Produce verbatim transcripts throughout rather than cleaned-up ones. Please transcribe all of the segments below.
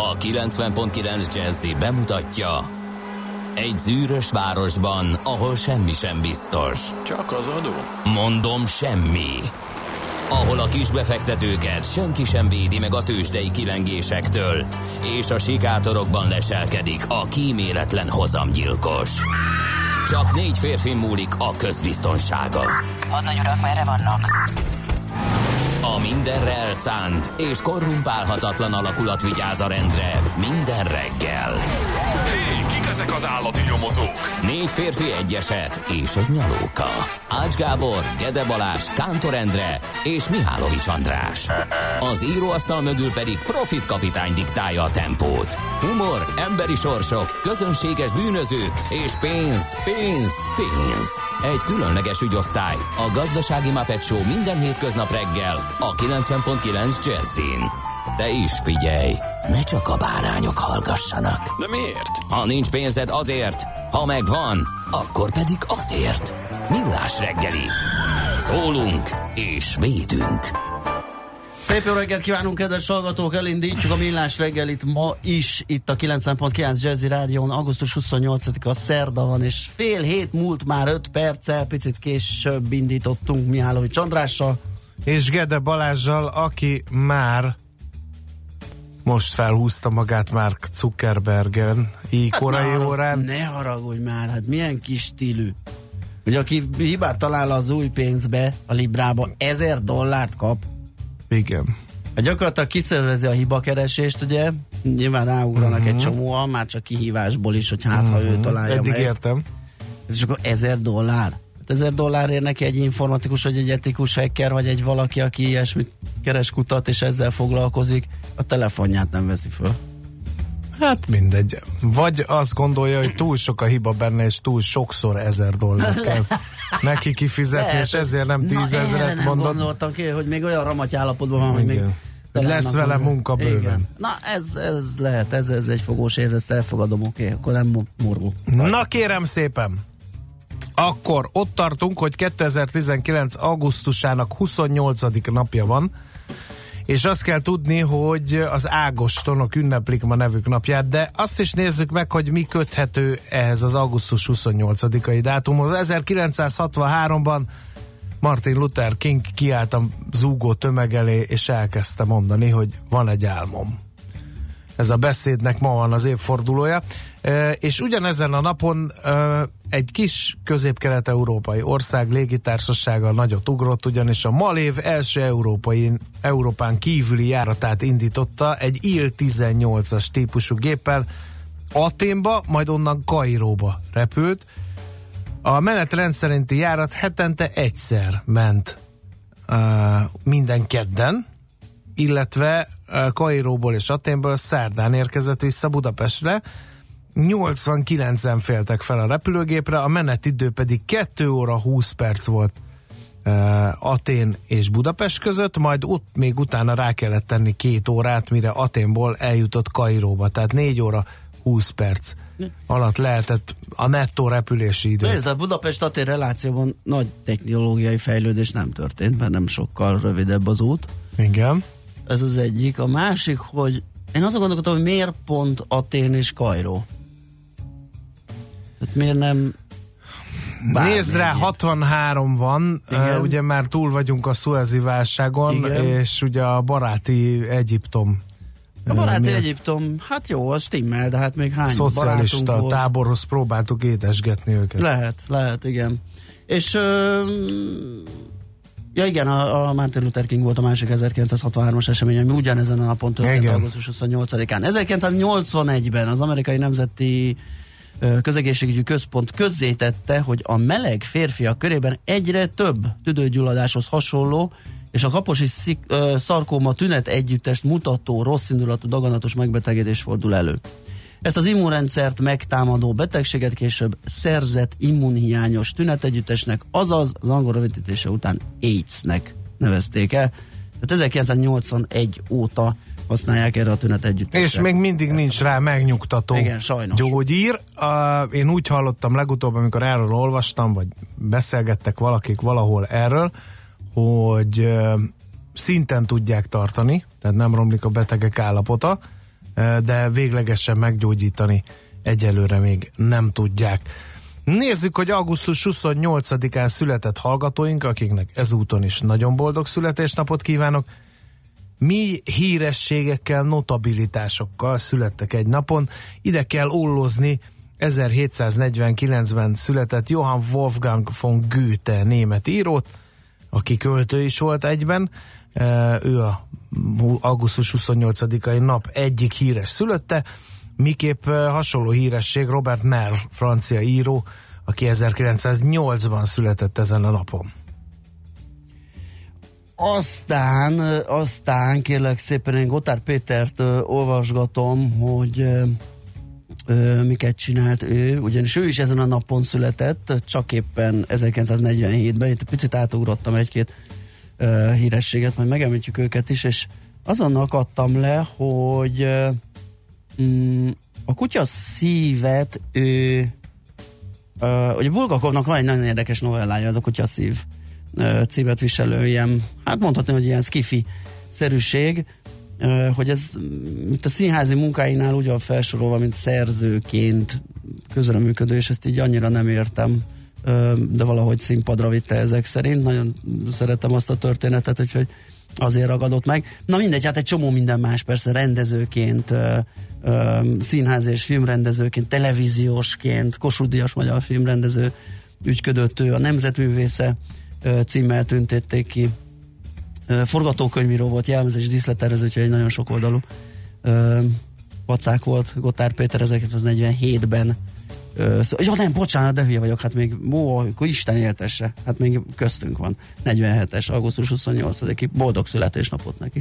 A kilencven pont kilenc Jazzy bemutatja: egy zűrös városban, ahol semmi sem biztos. Csak az adó? Mondom, semmi. Ahol a kisbefektetőket senki sem védi meg a tőzsdei kilengésektől, és a sikátorokban leselkedik a kíméletlen hozamgyilkos. Csak négy férfi múlik a közbiztonsága. Hadnagy urak, merre vannak? A mindenre elszánt és korrumpálhatatlan alakulat vigyáz a rendre minden reggel. Hé, kik ezek az állati nyomozók? Négy férfi, egy eset és egy nyalóka. Ács Gábor, Gede Balázs, Kántor Endre és Mihálovics András. Az íróasztal mögül pedig Profit kapitány diktálja a tempót. Humor, emberi sorsok, közönséges bűnözők és pénz, pénz, pénz. Egy különleges ügyosztály, a Gazdasági Muppet Show minden hétköznap reggel a kilencven pont kilenc Jazzyn. De is figyelj, ne csak a bárányok hallgassanak. De miért? Ha nincs pénzed, azért, ha megvan, akkor pedig azért. Millás reggeli. Szólunk és védünk. Szép jó reggelt kívánunk, kedves hallgatók! Elindítjuk a Millás reggelit ma is, itt a kilencven pont kilenc Jazzy Rádión. augusztus huszonnyolcadika szerda van, és fél hét múlt már öt perccel, picit később indítottunk Mihálovics Andrással. És Gede Balázsjal, aki már most felhúzta magát Mark Zuckerbergen, így hát korai ne órán. Ne haragudj már, hát milyen kis stílű. Ugye aki hibát talál az új pénzbe, a Librába, ezer dollárt kap. Igen. Hát gyakorlatilag kiszervezi a hibakeresést, ugye? Nyilván ráugranak uh-huh. egy csomóan, már csak kihívásból is, hogy hát, uh-huh. ha ő találja Eddig meg. értem. És akkor ezer dollár. Hát ezer dollár ér neki egy informatikus, vagy egy etikus hacker, vagy egy valaki, aki ilyesmit keres, kutat, és ezzel foglalkozik, a telefonját nem veszi föl. Hát mindegy. Vagy azt gondolja, hogy túl sok a hiba benne, és túl sokszor ezer dollárt kell neki kifizetni, lehet, és ezért nem tízezeret mondott. Nem gondoltam ki, hogy még olyan ramaty állapotban van, hogy még lesz vele munka bőven. Igen. Na ez, ez lehet, ez, ez egy fogós érve, ezt elfogadom, oké, okay, akkor nem morgó. Na kérem szépen, akkor ott tartunk, hogy kétezer-tizenkilenc augusztusának huszonnyolcadik napja van, és azt kell tudni, hogy az ágostonok ünneplik ma nevük napját, de azt is nézzük meg, hogy mi köthető ehhez az augusztus huszonnyolcadikai dátumhoz. ezerkilencszázhatvanháromban Martin Luther King kiállt a zúgó tömeg elé, és elkezdte mondani, hogy van egy álmom. Ez a beszédnek ma van az évfordulója, és ugyanezen a napon egy kis közép-kelet-európai ország légitársasága nagyot ugrott, ugyanis a Malév első európai, Európán kívüli járatát indította egy I L tizennyolcas típusú géppel Athénba, majd onnan Kairóba repült. A menetrend szerinti járat hetente egyszer ment uh, minden kedden, illetve uh, Kairóból és Athénből szerdán érkezett vissza Budapestre. nyolcvankilencen féltek fel a repülőgépre, a menetidő pedig kettő óra húsz perc volt uh, Athén és Budapest között, majd ott még utána rá kellett tenni két órát, mire Athénból eljutott Kairóba, tehát négy óra húsz perc alatt lehetett a nettó repülési idő. Nézd, a Budapest-Athén relációban nagy technológiai fejlődés nem történt, mert nem sokkal rövidebb az út. Igen. Ez az egyik. A másik, hogy én azt gondolkodom, hogy miért pont Athén és Kairó? Tehát miért nem... Nézd rá, hatvanhárom van, uh, ugye már túl vagyunk a szuezi válságon, igen. És ugye a baráti Egyiptom. A baráti uh, Egyiptom, hát jó, az stimmel, de hát még hány szocialista táborhoz próbáltuk édesgetni őket. Lehet, lehet, igen. És uh, ja igen, a, a Martin Luther King volt a másik ezerkilencszázhatvanhármas esemény, ami ugyanezen a napon történt augusztus huszonnyolcadikán. ezerkilencszáznyolcvanegyben az Amerikai Nemzeti Közegészségügyi Központ közzétette, hogy a meleg férfiak körében egyre több tüdőgyulladáshoz hasonló és a kaposi szik, ö, szarkóma tünet együttest mutató rosszindulatú daganatos megbetegedés fordul elő. Ezt az immunrendszert megtámadó betegséget később szerzett immunhiányos tünetegyüttesnek, azaz az angol rövidítése után AIDS-nek nevezték el. Tehát ezerkilencszáznyolcvanegy óta használják erre a tünetegyüttesre. És még mindig Ezt nincs rá megnyugtató igen, sajnos. gyógyír. Uh, én úgy hallottam legutóbb, amikor erről olvastam, vagy beszélgettek valakik valahol erről, hogy uh, szinten tudják tartani, tehát nem romlik a betegek állapota, de véglegesen meggyógyítani egyelőre még nem tudják. Nézzük, hogy augusztus huszonnyolcadikán született hallgatóink, akiknek ezúton is nagyon boldog születésnapot kívánok. Mi hírességekkel, notabilitásokkal születtek egy napon. Ide kell ullozni ezerhétszáznegyvenkilencben született Johann Wolfgang von Goethe német írót, aki költő is volt egyben. Ő a augusztus huszonnyolcadikai nap egyik híres szülötte. Miképp hasonló híresség Robert Merle, francia író, aki ezerkilencszáznyolcban született ezen a napon. Aztán, aztán kérlek szépen én Gotthard Pétert ö, olvasgatom, hogy ö, ö, miket csinált ő, ugyanis ő is ezen a napon született, csak éppen ezerkilencszáznegyvenhétben, itt picit átugrottam egy-két ö, hírességet, majd megemlítjük őket is, és azonnal akadtam le, hogy ö, mm, a kutya szívet ő, ö, ugye Bulgakovnak van egy nagyon érdekes novellája, ez a Kutya szív címet viselő, ilyen, hát mondhatni, hogy ilyen skifi-szerűség, hogy ez mint a színházi munkáinál úgy van felsorolva, mint szerzőként közreműködő, és ezt így annyira nem értem, de valahogy színpadra vitte ezek szerint. Nagyon szeretem azt a történetet, úgyhogy azért ragadott meg. Na mindegy, hát egy csomó minden más, persze rendezőként, színházi és filmrendezőként, televíziósként, Kossuth Díjas magyar filmrendező ügyködött, ő a Nemzetművésze címmel tüntették ki. Forgatókönyvíró volt, jelmez és díszlettervező, úgyhogy egy nagyon sokoldalú pacák volt Gotthard Péter ezerkilencszáznegyvenhétben. Ja nem, bocsánat, de hülye vagyok, hát még ó, Isten éltesse, hát még köztünk van. negyvenhetes, augusztus huszonnyolcadika boldog születésnapot neki.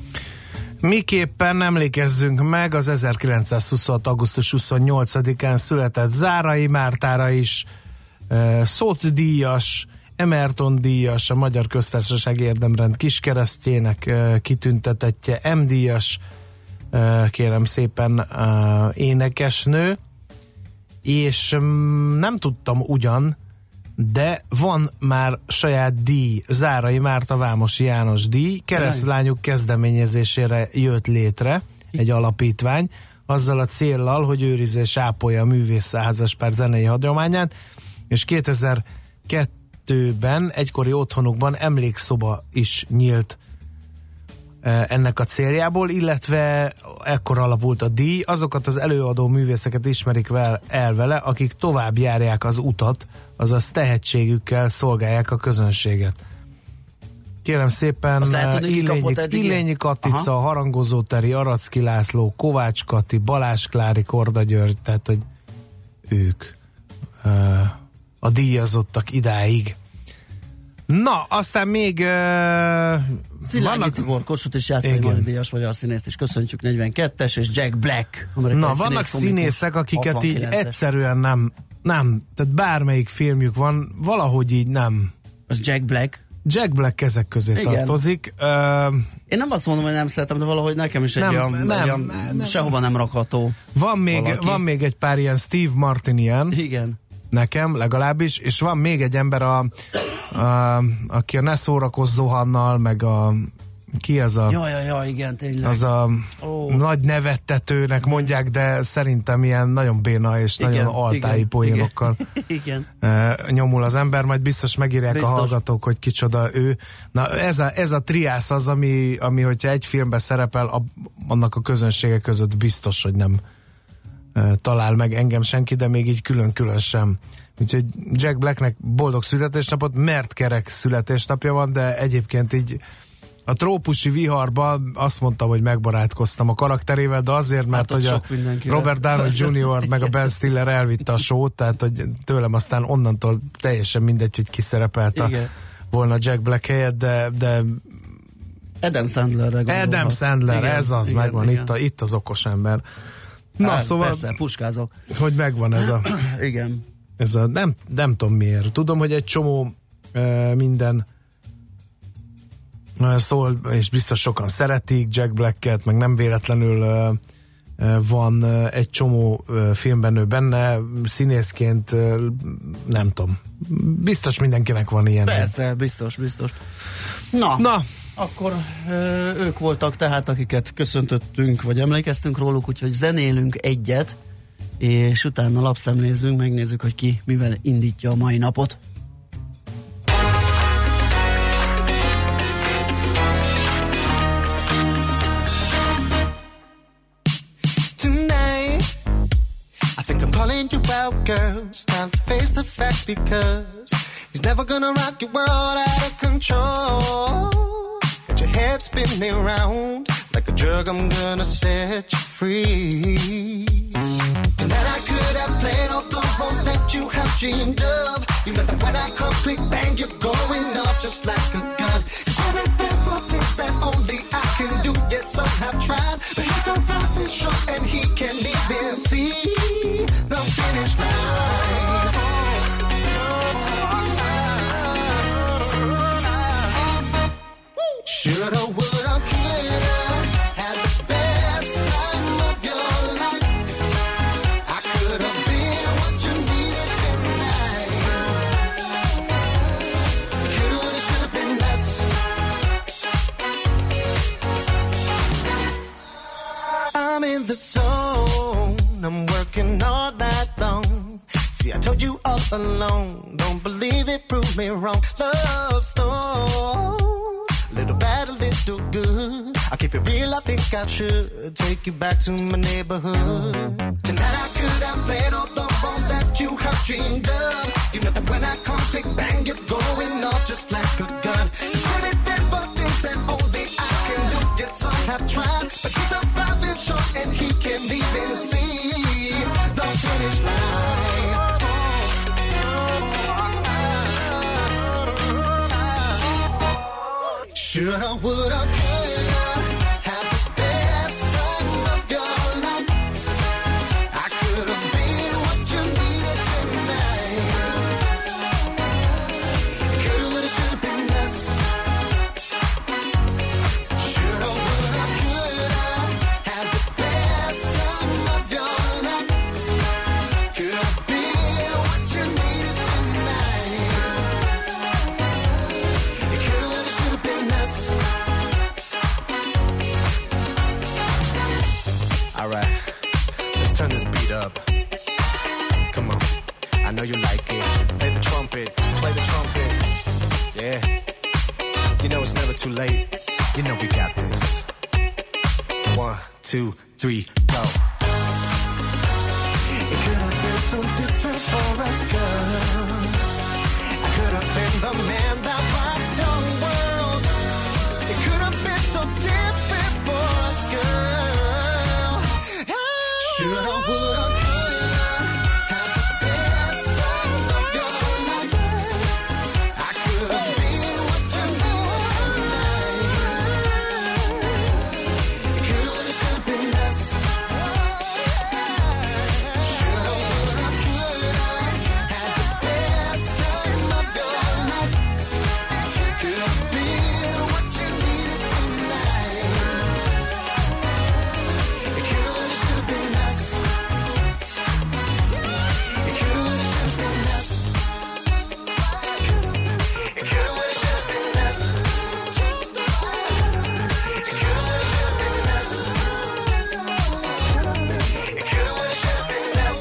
Miképpen emlékezzünk meg, az ezerkilencszázhuszonhat. augusztus huszonnyolcadikán született Zárai Mártára is, Szóth díjas, Emerton díjas, a Magyar Köztársaság Érdemrend kiskeresztjének kitüntetettje, M díjas, kérem szépen, énekesnő, és nem tudtam ugyan, de van már saját díj, Zárai Márta Vámosi János díj, keresztlányok kezdeményezésére jött létre egy alapítvány, azzal a céllal, hogy őrizze és ápolja a művész házaspár zenei hagyományát, és kétezer-kettőben egykori otthonukban emlékszoba is nyílt ennek a céljából, illetve ekkor alapult a díj. Azokat az előadó művészeket ismerik el vele, akik tovább járják az utat, azaz tehetségükkel szolgálják a közönséget. Kérem szépen, Illényi, Illényi Katica, Harangozó Teri, Aracki László, Kovács Kati, Balázs Klári, Korda György, tehát hogy ők a díjazottak idáig. Na, aztán még uh, Szilágyi vannak... Tibor, Kossuth és Jászai Mari díjas magyar színészt is köszöntjük, negyvenkettes, és Jack Black. Na, vannak színészek, akiket hatvankilences. Így egyszerűen nem, nem, tehát bármelyik filmjük van, valahogy így nem. Az Jack Black? Jack Black ezek közé igen. tartozik. Uh, Én nem azt mondom, hogy nem szeretem, de valahogy nekem is egy nem, olyan, nem, olyan nem, sehova nem rakható. Van még, van még egy pár ilyen Steve Martin ilyen. Igen. Nekem legalábbis, és van még egy ember, a, a, aki a Ne szórakozz Zohannal, meg a ki az a... Ja, ja, ja, igen, tényleg. Az a oh. nagy nevettetőnek mondják, de szerintem ilyen nagyon béna és igen, nagyon altái igen, poénokkal igen. nyomul az ember, majd biztos megírják biztos. A hallgatók, hogy kicsoda ő. Na ez a, ez a triász az, ami, ami hogyha egy filmben szerepel, a, annak a közönsége között biztos, hogy nem talál meg engem senki, de még így külön-külön sem. Úgyhogy Jack Blacknek boldog születésnapot, mert kerek születésnapja van, de egyébként így a trópusi viharban azt mondtam, hogy megbarátkoztam a karakterével, de azért, mert hát hogy a Robert Downey junior meg a Ben Stiller elvitte a sót, tehát hogy tőlem aztán onnantól teljesen mindegy, hogy ki szerepelt a, volna Jack Black helyett, de, de Adam Sandlerre gondolhat. Adam Sandler, igen, ez az, igen, megvan, igen. Itt, a, itt az okos ember. Na, hát, szóval, persze, puskázok. Hogy megvan ez a... Igen. Ez a, nem, nem tudom miért. Tudom, hogy egy csomó uh, minden uh, szól, és biztos sokan szeretik Jack Blacket, meg nem véletlenül uh, uh, van uh, egy csomó uh, filmben ő benne, színészként uh, nem tudom. Biztos mindenkinek van ilyen. Persze, biztos, biztos. Na, Na Akkor ö, ők voltak tehát, akiket köszöntöttünk, vagy emlékeztünk róluk, úgyhogy zenélünk egyet, és utána lapszemlézzünk, megnézzük, hogy ki mivel indítja a mai napot. Tonight, I think I'm calling you out, girl. It's time to face the fact because he's never gonna rock your world out of control. Got your head spinning around like a drug, I'm gonna set you free. And then I could have played all the roles that you have dreamed of. You know that when I come click bang, you're going off just like a gun. You're right there for things that only I can do, yet some have tried. But he's so rough and short and he can't even see the finish line. Shoulda, woulda, coulda, had the best time of your life. I coulda been what you needed tonight. Coulda, woulda, shoulda been less. I'm in the zone, I'm working all night long. See, I told you all along, don't believe it, prove me wrong. Love storm. Little bad, a little good. I'll keep it real, I think I should take you back to my neighborhood. Tonight I could have played all the roles that you have dreamed of. You know that when I come click bang, you're going off just like a gun. You're really there for things that only I can do. Yet some have tried, but he's a five inch short and he can't even see the finish line. Shoulda, woulda, coulda, had the best time of your life. I coulda been what you needed tonight. Coulda, woulda, shoulda been less. Shoulda, woulda, coulda, had the best time of your life. Coulda been what you needed tonight. Coulda, woulda, shoulda been less. All right, let's turn this beat up. Come on, I know you like it. Play the trumpet, play the trumpet. Yeah, you know it's never too late. You know we got this. One, two, three, go. It could have been so different for us, girl. I could have been the man that rocks your world. It could have been so different for us, girl. Shoulda, woulda, coulda, had the best time of your life. I could have been what you needed tonight. Coulda, woulda, shoulda been less. Shoulda, woulda, coulda, had the best time of your life. Could have been what you needed tonight. Coulda, woulda, shoulda been less. It coulda, woulda, shoulda been less. Coulda been. It coulda, woulda, shoulda been less. It coulda, woulda, shoulda been less. Coulda been. It coulda, woulda, shoulda been less.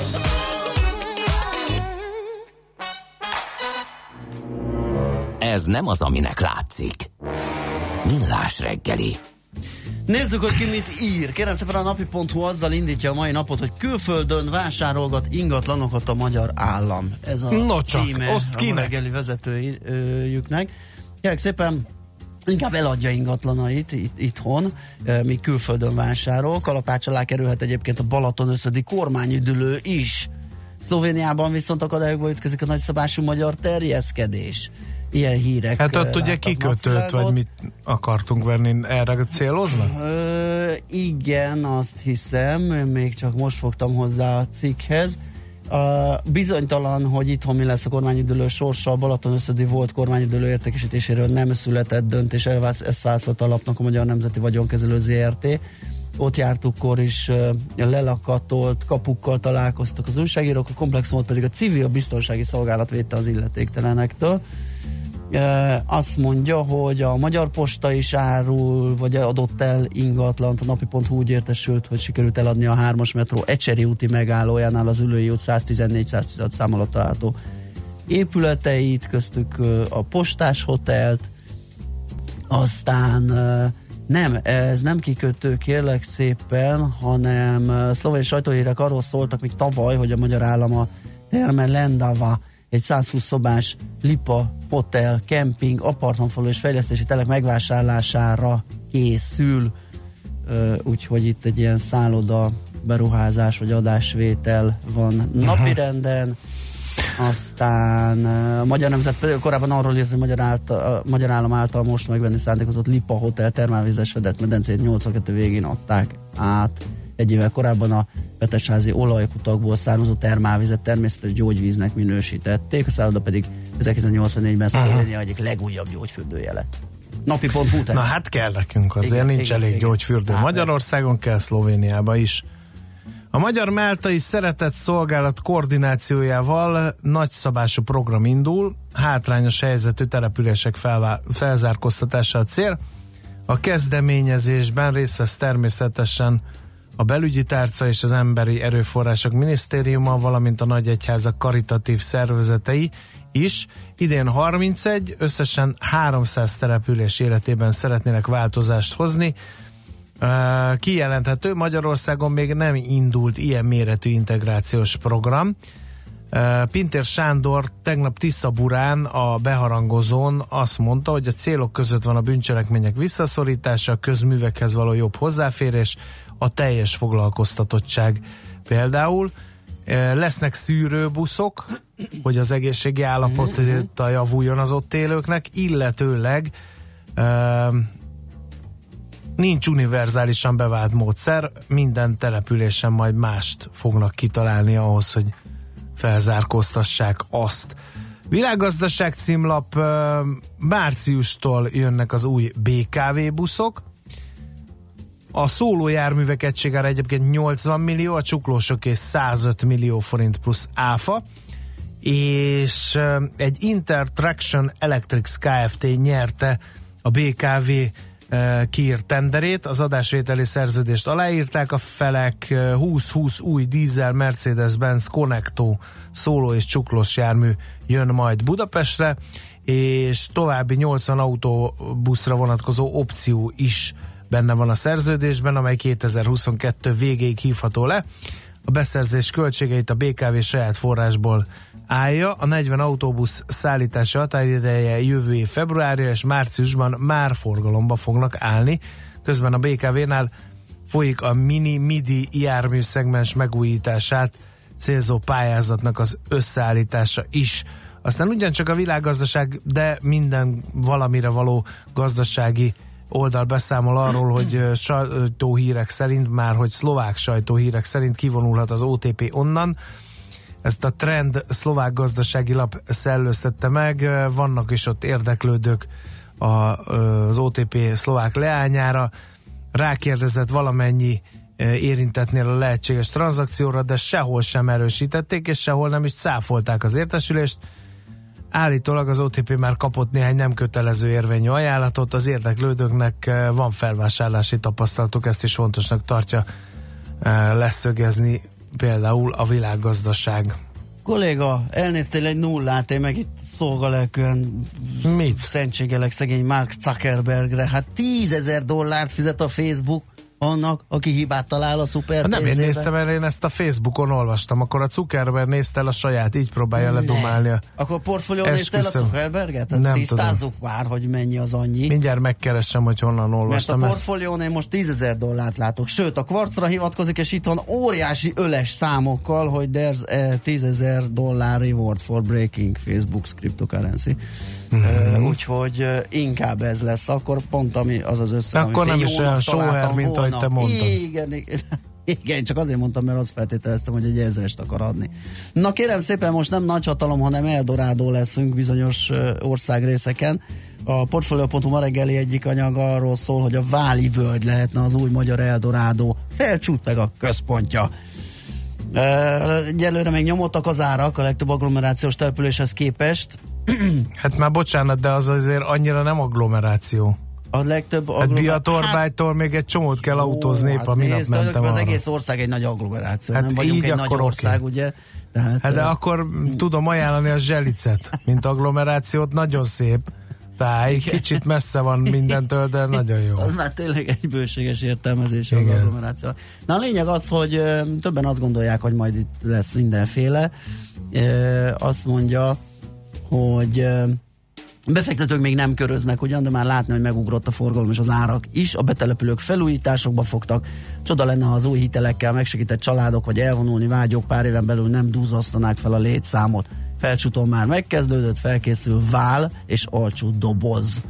Ez nem az, aminek látszik. Millás reggeli. Nézzük, hogy ki mit ír. Kérem szépen, a napi pont hu azzal indítja a mai napot, hogy külföldön vásárolgat ingatlanokat a magyar állam. Ez a No csak, címe oszt a kinek? reggeli vezetőjüknek. Kérlek szépen, inkább eladja ingatlanait itt, itthon, míg külföldön vásárol. Kalapács alá kerülhet egyébként a Balaton-összödi kormányüdülő is. Szlovéniában viszont akadályokba ütközik a nagyszabású magyar terjeszkedés. Ilyen hírek. Hát ott ugye láttak kikötőt, napvilágot. vagy mit akartunk venni, erre céloznak? Ö, igen, azt hiszem, még csak most fogtam hozzá a cikkhez. Uh, bizonytalan, hogy itthon mi lesz a kormányüdülő sorsa, a Balaton-összödi volt kormányüdülő értékesítéséről nem született döntés, ezt válaszolta a lapnak a Magyar Nemzeti Vagyonkezelő zé er té. Ott jártukkor is uh, lelakatolt kapukkal találkoztak az újságírók, a komplexumot pedig a civil biztonsági szolgálat védte az illetéktelenektől. E, azt mondja, hogy a Magyar Posta is árul, vagy adott el ingatlant, a napi pont hu úgy értesült, hogy sikerült eladni a hármas metró Ecseri úti megállójánál az Üllői út száztizennégy száztizenhat szám alatt található épületeit, köztük a Postás Hotelt, aztán nem, ez nem kikötő, kérlek szépen, hanem szlovén sajtóhírek arról szóltak még tavaly, hogy a magyar állam a Terme Lendava, egy százhúsz szobás Lipa Hotel, kemping, apartmanfalu és fejlesztési telek megvásárlására készül, úgyhogy itt egy ilyen szálloda beruházás vagy adásvétel van napirenden. Aztán a Magyar Nemzet korábban arról írt, hogy magyar, által, a magyar állam által most megvenni szándékozott Lipa Hotel termálvizes fedett medencét nyolcvankettő végén adták át. Egy évvel korábban a Petesházi olajkutakból származó termálvizet természetes gyógyvíznek minősítették, a szálloda pedig ezerkilencszáznyolcvannégyben Szlovénia egyik legújabb gyógyfürdője lett. napi pont hu. Na hát kell nekünk, azért igen, nincs igen, elég igen. gyógyfürdő. Á, Magyarországon kell, Szlovéniába is. A Magyar Máltai Szeretett Szolgálat koordinációjával nagyszabású program indul, hátrányos helyzetű települések felvá- felzárkóztatása a cél. A kezdeményezésben részt vesz természetesen a belügyi tárca és az Emberi Erőforrások Minisztériuma, valamint a nagyegyházak karitatív szervezetei is. Idén harmincegy, összesen háromszáz település életében szeretnének változást hozni. Uh, kijelenthető, Magyarországon még nem indult ilyen méretű integrációs program. Uh, Pintér Sándor tegnap Tiszaburán a beharangozón azt mondta, hogy a célok között van a bűncselekmények visszaszorítása, a közművekhez való jobb hozzáférés, a teljes foglalkoztatottság például. Uh, lesznek szűrőbuszok, hogy az egészségi állapota javuljon az ott élőknek, illetőleg uh, nincs univerzálisan bevált módszer, minden településen majd mást fognak kitalálni ahhoz, hogy felzárkóztassák azt. Világgazdaság címlap, márciustól jönnek az új bé ká vé buszok. A szólójárművek egységára egyébként nyolcvan millió, a csuklósoké százöt millió forint plusz áfa, és egy Intertraction Electrics Kft. Nyerte a bé ká vé kiírt tenderét, az adásvételi szerződést aláírták a felek, húsz húsz új dízel Mercedes-Benz Connecto szóló és csuklós jármű jön majd Budapestre, és további nyolcvan autóbuszra vonatkozó opció is benne van a szerződésben, amely kétezer-huszonkettő végéig hívható le. A beszerzés költségeit a bé ká vé saját forrásból állja. A negyven autóbusz szállítási határideje jövő év februárja, és márciusban már forgalomba fognak állni. Közben a bé ká vénál folyik a mini-midi jármű szegmens megújítását célzó pályázatnak az összeállítása is. Aztán ugyancsak a világgazdaság, de minden valamire való gazdasági oldal beszámol arról, hogy sajtóhírek szerint, már hogy szlovák sajtóhírek szerint kivonulhat az o té pé onnan. Ezt a Trend szlovák gazdasági lap szellőztette meg, vannak is ott érdeklődők a, az o té pé szlovák leányára. Rákérdezett valamennyi érintettnél a lehetséges tranzakcióra, de sehol sem erősítették, és sehol nem is cáfolták az értesülést. Állítólag az o té pé már kapott néhány nem kötelező érvényű ajánlatot, az érdeklődőknek van felvásárlási tapasztalatuk, ezt is fontosnak tartja leszögezni például a világgazdaság. Kolléga, elnéztél egy nullát, én meg itt szolgalelkűen szentségelek szegény Mark Zuckerbergre. Hát tízezer dollárt fizet a Facebook annak, aki hibát talál a szuper nem pénzében. Én néztem, mert én ezt a Facebookon olvastam, akkor a Zuckerberg nézte el a saját, így próbálja ledumálni. Akkor a portfólió nézte el a Zuckerberget? Nem tisztázzuk tudom. Már, hogy mennyi az annyi. Mindjárt megkeresem, hogy honnan olvastam. Mert a portfólión én most tízezer dollárt látok. Sőt, a Quartzra hivatkozik, és itt van óriási öles számokkal, hogy there's a tízezer dollár reward for breaking Facebook's cryptocurrency. Mm-hmm. Uh, úgyhogy uh, inkább ez lesz, akkor pont ami az az össze, akkor nem is olyan sóher, mint ahogy te mondtad. Igen, igen, igen, csak azért mondtam, mert azt feltételeztem, hogy egy ezrest akar adni. Na kérem szépen, most nem nagyhatalom, hanem Eldorádó leszünk bizonyos uh, országrészeken. A Portfolio pont hu ma reggeli egyik anyag arról szól, hogy a Váli völgy lehetne az új magyar Eldorádó. Felcsút meg a központja. Egyelőre még nyomottak az árak a legtöbb agglomerációs településhez képest. Hát már bocsánat, de az azért annyira nem agglomeráció. A legtöbb agglomeráció. Hát Biatorbágytól hát, még egy csomót kell autózni, épp hát a minap nézd, mentem az arra. egész ország egy nagy agglomeráció, hát nem vagyunk egy nagy ország, okay. ugye? Tehát, hát de uh, akkor m- tudom ajánlani a Zselicet, mint agglomerációt, nagyon szép táj, kicsit messze van mindentől, de nagyon jó. Az már tényleg egy bőséges értelmezés az agglomeráció. Na a lényeg az, hogy ö, többen azt gondolják, hogy majd itt lesz mindenféle. Ö, azt mondja, hogy ö, befektetők még nem köröznek ugyan, de már látni, hogy megugrott a forgalom és az árak is. A betelepülők felújításokba fogtak. Csoda lenne, ha az új hitelekkel megsegített családok vagy elvonulni vágyók pár éven belül nem duzzasztanák fel a létszámot. Felcsúton már megkezdődött, felkészül vál és olcsó doboz.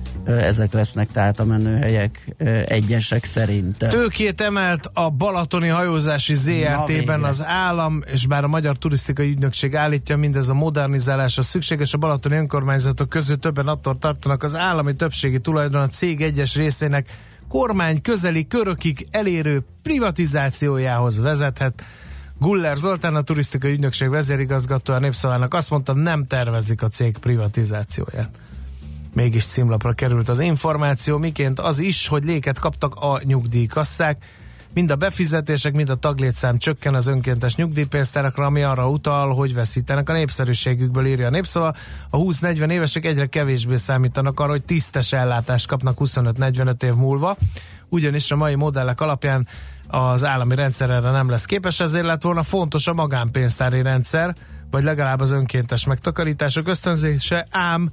Ezek lesznek tehát a menőhelyek egyesek szerint. Tőkét emelt a Balatoni Hajózási zé er té-ben az állam, és bár a Magyar Turisztikai Ügynökség állítja, mindez a modernizálásra szükséges, a balatoni önkormányzatok között többen attól tartanak, az állami többségi tulajdon a cég egyes részének kormány közeli körökig elérő privatizációjához vezethet. Guller Zoltán, a Turisztikai Ügynökség vezérigazgatója Népszavának azt mondta, nem tervezik a cég privatizációját. Mégis címlapra került az információ, miként az is, hogy léket kaptak a nyugdíjkasszák. Mind a befizetések, mind a taglétszám csökken az önkéntes nyugdíjpénztárakra, ami arra utal, hogy veszítenek a népszerűségükből, írja a Népszava. A húsz-negyven évesek egyre kevésbé számítanak arra, hogy tisztes ellátást kapnak huszonöt-negyvenöt év múlva, ugyanis a mai modellek alapján az állami rendszer erre nem lesz képes, ezért lett volna fontos a magánpénztári rendszer, vagy legalább az önkéntes megtakarítások ösztönzése, ám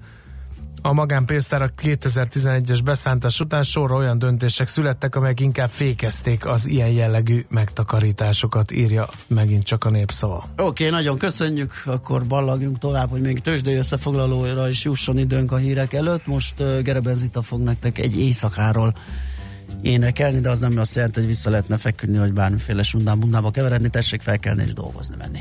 a magánpénztárak kétezer-tizenegyes beszántás után sorra olyan döntések születtek, amelyek inkább fékezték az ilyen jellegű megtakarításokat, írja megint csak a Népszava. Oké, okay, nagyon köszönjük, akkor ballagjunk tovább, hogy még tőzsdei összefoglalóra is jusson időnk a hírek előtt. Most uh, Gereben Zita fog nektek egy éjszakáról énekelni, de az nem azt jelenti, hogy vissza lehetne feküdni, vagy bármiféle sundán-bundába keveredni, tessék felkelni és dolgozni menni.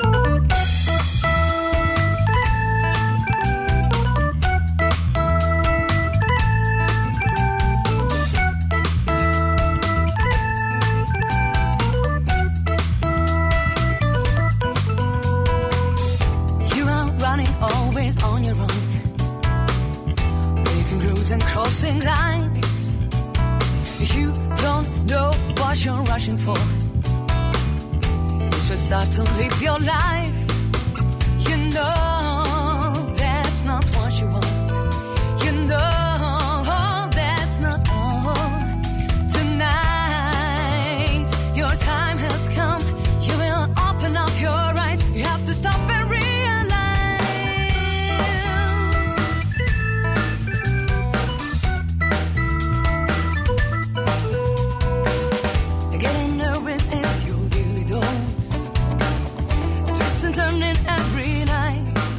On your own, making grooves and crossing lines. You don't know what you're rushing for. You should start to live your life. You know that's not what you want. You know that's not all. Tonight your time has come. You will open up your eyes. You have to stop and read. Turning every night.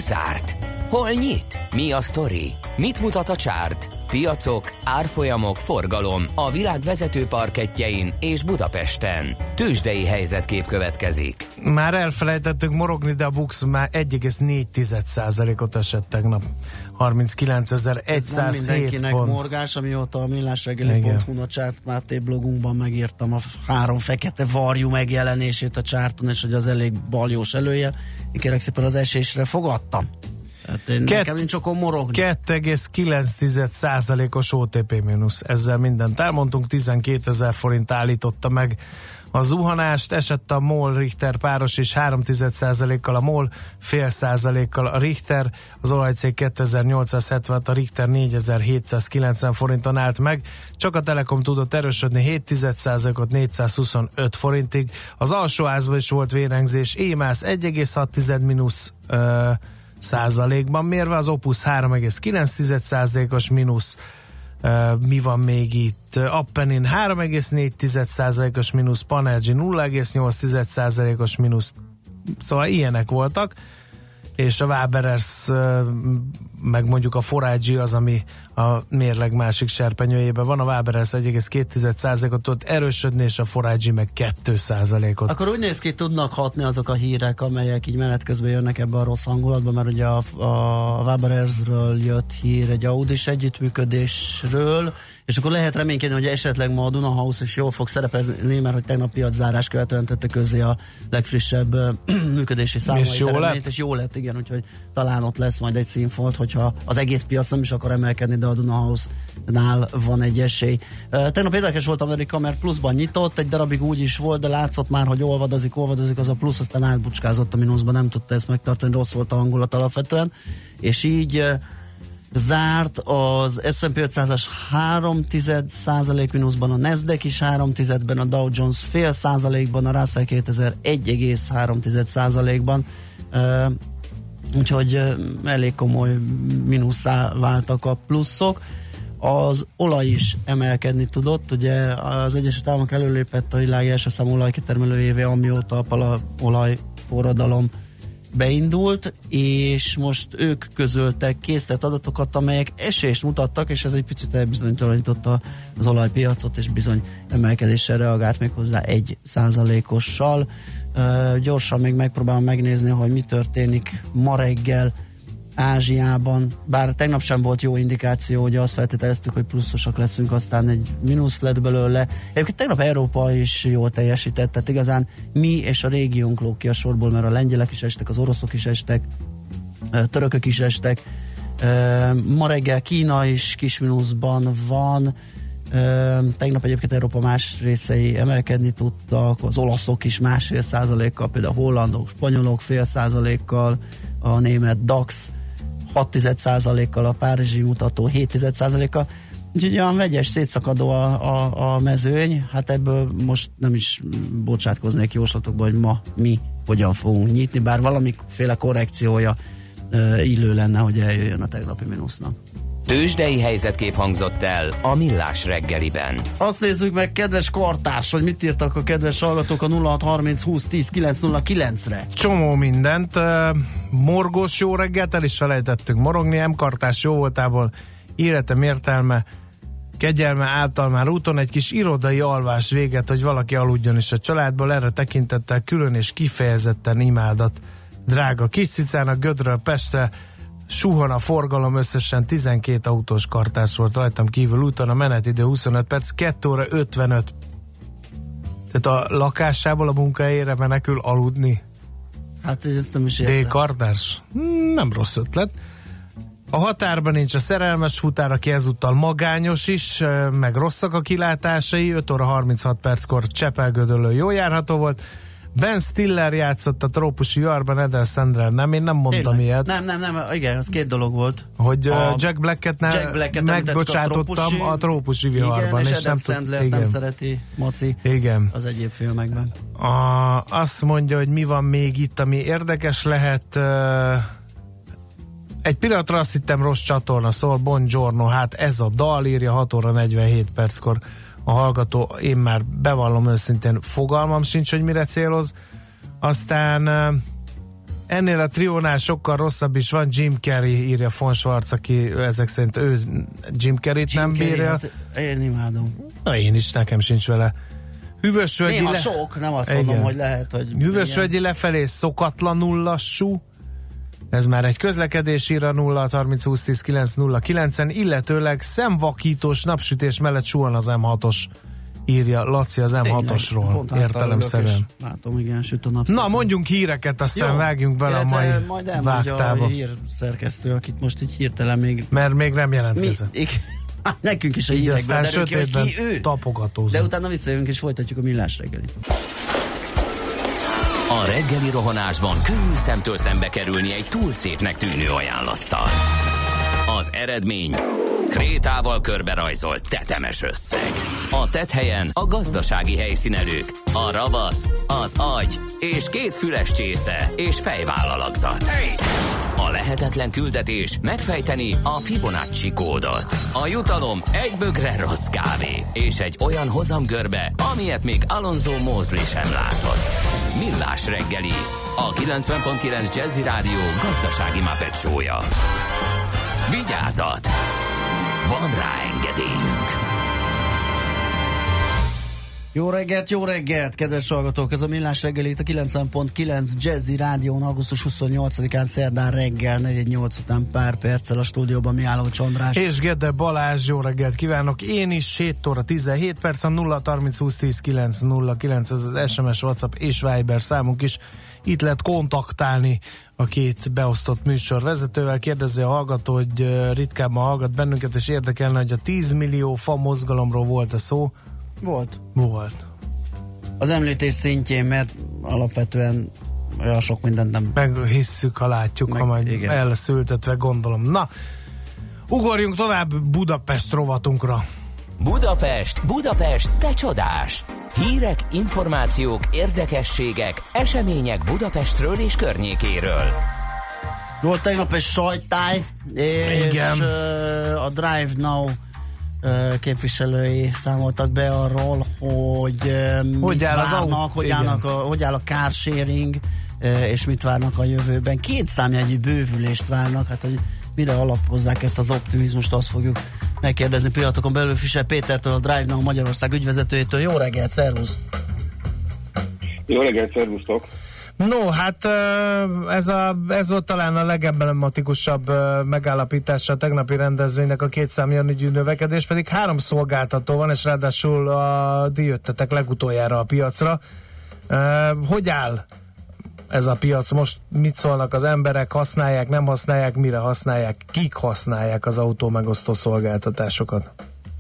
zárt? Hol nyit? Mi a sztori? Mit mutat a csárt? Piacok, árfolyamok, forgalom a világ vezető parkettjein és Budapesten. Tőzsdei helyzetkép következik. Már elfelejtettük morogni, de a Bux már egy egész négy százalékot esett tegnap. harminckilencezer-száz hét mindenkinek pont. morgás, amióta a millásreggeli pont hu-n a Csárt Máté blogunkban megírtam a három fekete varjú megjelenését a csárton, és hogy az elég baljós előjel. Én kérek szépen az esésre fogadtam. Hát én Kett, nekem nincs okon morogni. kettő egész kilenc százalékos o té pé mínusz. Ezzel mindent elmondtunk, tizenkétezer forint állította meg a zuhanást, esett a MOL Richter páros is három százalékkal a MOL, fél százalékkal a Richter, az olajcég kétezer-nyolcszázhetven, a Richter négyezer-hétszázkilencven forinton állt meg, csak a Telekom tudott erősödni hét százalékot négyszázhuszonöt forintig, az alsóházban is volt vérengzés, émász egy egész hat mínusz uh, százalékban mérve, az Opus három egész kilenc százalékos mínusz. Uh, mi van még itt? Appenin három egész négy százalékos mínusz, Panergy nulla egész nyolc százalékos mínusz. Szóval ilyenek voltak, és a Waberers uh, meg mondjuk a Forage az, ami a mérleg másik serpenyőjében van. A Waberers egy egész két százalékot tudott erősödni, és a Forage meg két százalékot. Akkor úgy néz ki, tudnak hatni azok a hírek, amelyek így menet közben jönnek ebbe a rossz hangulatba, mert ugye a, a Waberersről jött hír egy Audis együttműködésről, és akkor lehet reménykedni, hogy esetleg ma a Duna House is jól fog szerepezni, mert hogy tegnap piaczárás követően tette közé a legfrissebb működési számait, eredményt, és jó lett, igen, úgyhogy talán ott lesz majd egy színfolt, hogyha az egész piac nem is akar emelkedni, de a Duna House-nál van egy esély. Uh, tegnap érdekes volt Amerika, mert pluszban nyitott, egy darabig úgy is volt, de látszott már, hogy olvadozik, olvadozik az a plusz, aztán átbucskázott a mínuszban, nem tudta ezt megtartani, rossz volt a hangulat alapvetően, és így uh, zárt az es and pé ötszázas három százalék mínuszban, a Nasdaq is három tizedben, a Dow Jones fél százalékban, a Russell kétezer egy egész három százalékban. Uh, úgyhogy uh, elég komoly mínuszá váltak a pluszok. Az olaj is emelkedni tudott, ugye az Egyesült Államok előlépett a világ első számú olajkitermelőjévé, amióta a palaolaj forradalom beindult, és most ők közöltek készlet adatokat, amelyek esést mutattak, és ez egy picit elbizonytalanította az olajpiacot, és bizony emelkedéssel reagált még hozzá egy százalékossal. Uh, gyorsan még megpróbálom megnézni, hogy mi történik ma reggel Ázsiában, bár tegnap sem volt jó indikáció, hogy azt feltételeztük, hogy pluszosak leszünk, aztán egy mínusz lett belőle. Egyébként tegnap Európa is jól teljesített, tehát igazán mi és a régiónk lóg ki a sorból, mert a lengyelek is estek, az oroszok is estek, törökök is estek. Ma reggel Kína is kis mínuszban van, tegnap egyébként Európa más részei emelkedni tudtak, az olaszok is másfél százalékkal, például a hollandok, spanyolok fél százalékkal, a német DAX hat százalékkal, a párizsi mutató hét százalékkal, úgyhogy olyan vegyes, szétszakadó a, a, a mezőny, hát ebből most nem is bocsátkoznék jóslatokba, hogy ma mi hogyan fogunk nyitni, bár valamiféle korrekciója uh, illő lenne, hogy eljöjjön a tegnapi mínusznak. Tőzsdei helyzetkép hangzott el a Millás reggeliben. Azt nézzük meg, kedves kartárs, hogy mit írtak a kedves hallgatók a nulla hat harminc húsz tíz kilenc nulla kilencre. Csomó mindent. Morgós jó reggelt, el is felejtettünk morogni. M-kartás jó voltából életem értelme, kegyelme által már úton egy kis irodai alvás véget, hogy valaki aludjon is a családból. Erre tekintettel külön és kifejezetten imádat drága Kis-Cicának, Gödről Pestre suhan a forgalom, összesen tizenkét autós kartárs volt rajtam kívül úton, a menetidő huszonöt perc, kettő óra ötvenöt. Tehát a lakásából a munkahelyére menekül aludni. Hát ezt nem is értem. D-kartárs? Hmm, nem rossz ötlet. A határban nincs a szerelmes futár, aki ezúttal magányos is, meg rosszak a kilátásai, öt óra harminchat perckor Csepel-Gödöllő jó járható volt. Ben Stiller játszott a trópusi viharban, Adele Sandler nem, én nem mondtam Tényleg? ilyet. Nem, nem, nem, igen, az két dolog volt. Hogy a Jack Blacket nem Jack Blacket megbocsátottam a trópusi viharban. Igen, és, és Adam nem Sandler tud, nem igen. szereti Maci Igen. az egyéb filmekben. A, azt mondja, hogy mi van még itt, ami érdekes lehet. Egy pillanatra azt hittem rossz csatorna, szól Buongiorno, hát ez a dal, írja hat óra negyvenhét perckor a hallgató. Én már bevallom őszintén, fogalmam sincs, hogy mire céloz. Aztán Ennél a triónál sokkal rosszabb is van, Jim Carrey, írja von Schwarz, aki ezek szerint ő Jim Carreyt Jim nem Carrey, bírja. Hát én imádom. Na én is, nekem sincs vele. Hűvösvölgyi Néha le... sok, nem azt mondom, hogy lehet, hogy... Hűvösvölgyi lefelé szokatlanul lassú, ez már egy közlekedés, ír a nulla harminc húsz tíz kilenc nulla kilencen, illetőleg szemvakítós napsütés mellett suhan az em hatos, írja Laci az em hatosról, értelemszerűen. Látom, igen, süt a napszak. Na, mondjunk híreket, aztán jó, vágjunk bele a mai majd elmondja vágtába. A hírszerkesztő, akit most így hirtelen még... Mert még nem jelentkezett. Mi, nekünk is a hírekben derül ki, hogy ki ő. Tapogatózunk. De utána visszajövünk és folytatjuk a millás reggelit. A reggeli rohanásban könnyű szemtől szembe kerülni egy túl szépnek tűnő ajánlattal. Az eredmény krétával körberajzolt tetemes összeg. A tetthelyen a gazdasági helyszínelők, a ravasz, az agy és két füles csésze és fejvállalakzat. A lehetetlen küldetés megfejteni a Fibonacci kódot. A jutalom egy bögre rossz kávé és egy olyan hozamgörbe, amilyet még Alonso Mosley sem látott. Millás reggeli, a kilencven pont kilenc Jazzy Rádió gazdasági Muppet show-ja. Vigyázat! Van rá engedélyünk! Jó reggelt, jó reggelt, kedves hallgatók! Ez a Millás reggeli, itt a kilencven pont kilenc Jazzy Rádión, augusztus huszonnyolcadikán szerdán reggel negyven nyolc után pár perccel a stúdióban Mihálovics András. És Gede Balázs, jó reggelt kívánok! Én is hét óra tizenhét perc, a nulla harminc húsz tíz kilenc nulla kilenc, ez az es em es, WhatsApp és Viber számunk is. Itt lehet kontaktálni a két beosztott műsorvezetővel. Kérdezi a hallgató, hogy ritkábban hallgat bennünket, és érdekelne, hogy a tíz millió fa mozgalomról volt a szó. Volt. Volt. Az említés szintjén, mert alapvetően olyan sok mindent nem... Meghisszük, ha látjuk, meg, ha majd el lesz ültetve, gondolom. Na, ugorjunk tovább Budapest rovatunkra. Budapest, Budapest, te csodás! Hírek, információk, érdekességek, események Budapestről és környékéről. Volt tegnap egy sajtáj, és igen. a Drive Now képviselői számoltak be arról, hogy hogy mit áll várnak, az hogy, állnak a, hogy áll a car sharing, és mit várnak a jövőben. Két számjegyű bővülést várnak, hát hogy mire alapozzák ezt az optimizmust, azt fogjuk megkérdezni pillanatokon belül Fischer Pétertől, a Drive Now Magyarország ügyvezetőjétől. Jó reggelt, szervusz! Jó reggelt, szervusztok! No, hát ez, a, ez volt talán a legemblematikusabb megállapítása a tegnapi rendezvénynek, a két számjegyű növekedés, pedig három szolgáltató van, és ráadásul a, ti jöttetek legutoljára a piacra. Hogy áll ez a piac? Most mit szólnak az emberek? Használják, nem használják? Mire használják? Kik használják az autómegosztó szolgáltatásokat?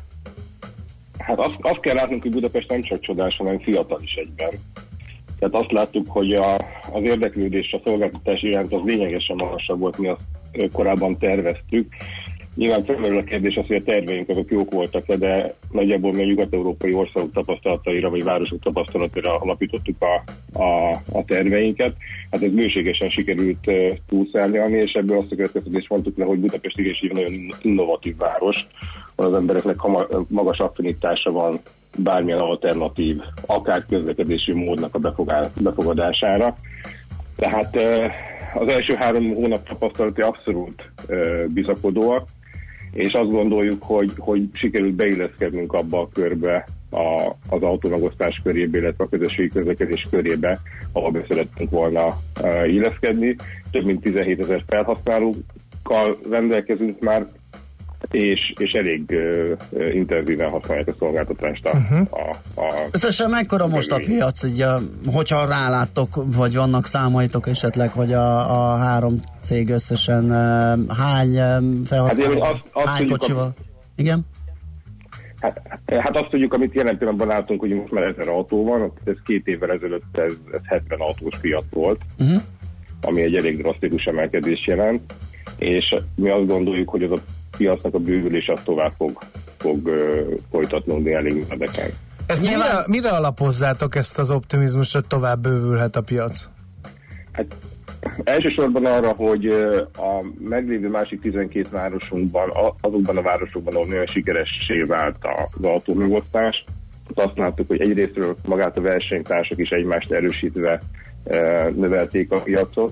Hát azt, azt kell látnunk, hogy Budapest nem csak csodás, hanem fiatal is egyben. Tehát azt láttuk, hogy a, az érdeklődés a szolgáltatás iránt az lényegesen magasabb volt, mi azt korábban terveztük. Nyilván felmerül a kérdés az, hogy a terveink azok jók voltak, de nagyjából mi a nyugat-európai országok tapasztalataira, vagy városok tapasztalatára alapítottuk a, a, a terveinket. Hát ez bőségesen sikerült uh, túlszárnyalni, és ebből azt a következtetést mondtuk le, hogy Budapest is egy nagyon innovatív város, az embereknek magas affinitása van bármilyen alternatív, akár közlekedési módnak a befogadására. Tehát az első három hónap tapasztalati abszolút bizakodóak, és azt gondoljuk, hogy, hogy sikerült beilleszkednünk abba a körbe, a, az autómegosztás körébe, illetve a közösségi közlekedés körébe, ahol be szerettünk volna illeszkedni. Több mint tizenhét ezer felhasználókkal rendelkezünk már, és, és elég uh, intenzíven használják a szolgáltatást. A, uh-huh. a, a Összesen mekkora most a piac, így a, hogyha ráláttok, vagy vannak számaitok esetleg, hogy a, a három cég összesen uh, hány um, felhasználó, hát, azt, azt hány kocsival? A, Igen? Hát, hát azt tudjuk, amit jelen pillanatban látunk, hogy most már ezer autó van, ez két évvel ezelőtt ez, ez hetven autós piac volt, uh-huh. ami egy elég drasztikus emelkedés jelent, és mi azt gondoljuk, hogy az a piacnak a bővülés az tovább fog, fog uh, folytatnódni elég érdekesen. Ezt mire, mire alapozzátok ezt az optimizmust, hogy tovább bővülhet a piac? Hát elsősorban arra, hogy a meglévő másik tizenkét városunkban, azokban a városokban, ahol nagyon sikeressé vált az autómegosztás, azt láttuk, hogy egyrésztről magát a versenytársak is egymást erősítve növelték a piacot,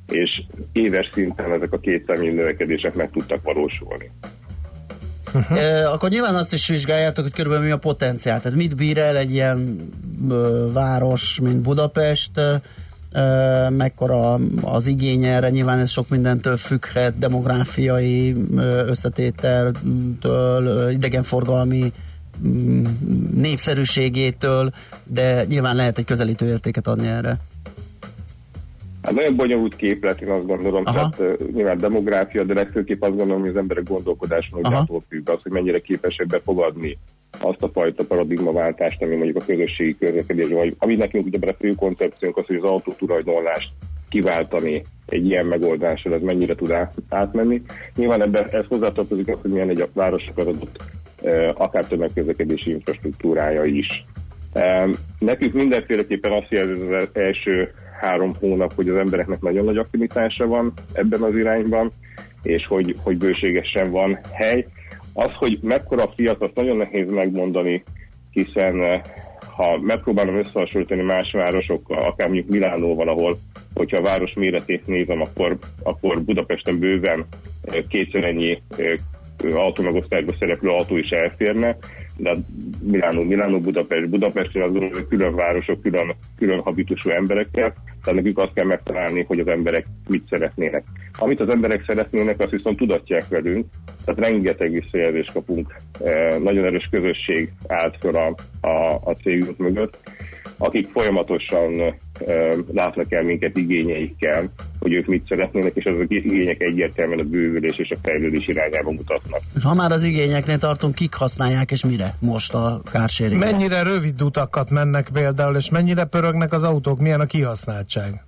és éves szinten ezek a kétszámjegyű növekedések meg tudtak valósulni. Uh-huh. E, akkor nyilván azt is vizsgáljátok, hogy körülbelül mi a potenciál. Tehát mit bír el egy ilyen ö, város, mint Budapest, ö, mekkora az igény erre, nyilván ez sok mindentől függhet, demográfiai összetételtől, idegenforgalmi népszerűségétől, de nyilván lehet egy közelítő értéket adni erre. Hát nagyon bonyolult képlet, én azt gondolom, Aha. tehát uh, nyilván demográfia, de legfőképp azt gondolom, hogy az emberek gondolkodásmódjától függ az, hogy mennyire képesek befogadni azt a fajta paradigmaváltást, ami mondjuk a közösségi közlekedésben, vagy ami nekünk ugye a fő koncepciónk az, hogy az autótulajdonlást kiváltani egy ilyen megoldással, ez mennyire tud átmenni. Nyilván ebben ez hozzátartozik az, hogy milyen egy a városokra adott uh, akár tömegközlekedési infrastruktúrája is. Um, nekünk mindenféleképpen azt jelzi az első három hónap, hogy az embereknek nagyon nagy affinitása van ebben az irányban, és hogy, hogy bőségesen van hely. Az, hogy mekkora a piac, azt nagyon nehéz megmondani, hiszen ha megpróbálom összehasonlítani más városokkal, akár mondjuk Milánóval, ahol, hogyha a város méretét nézem, akkor, akkor Budapesten bőven kétszer ennyi autómegosztásba szereplő autó is elférne, de Milánó, Milánó, Budapest, Budapesten az külön városok, külön, külön habitusú emberekkel, tehát nekünk azt kell megtalálni, hogy az emberek mit szeretnének. Amit az emberek szeretnének, azt viszont tudatják velünk, tehát rengeteg visszajelzést kapunk, nagyon erős közösség állt fel a, a, a cégünk mögött, akik folyamatosan uh, látnak el minket igényeikkel, hogy ők mit szeretnének, és azok igények egyértelműen a bővülés és a fejlődés irányába mutatnak. Ha már az igényeknél tartunk, kik használják és mire most a carsharing? Mennyire rövid utakat mennek például, és mennyire pörögnek az autók, milyen a kihasználtság?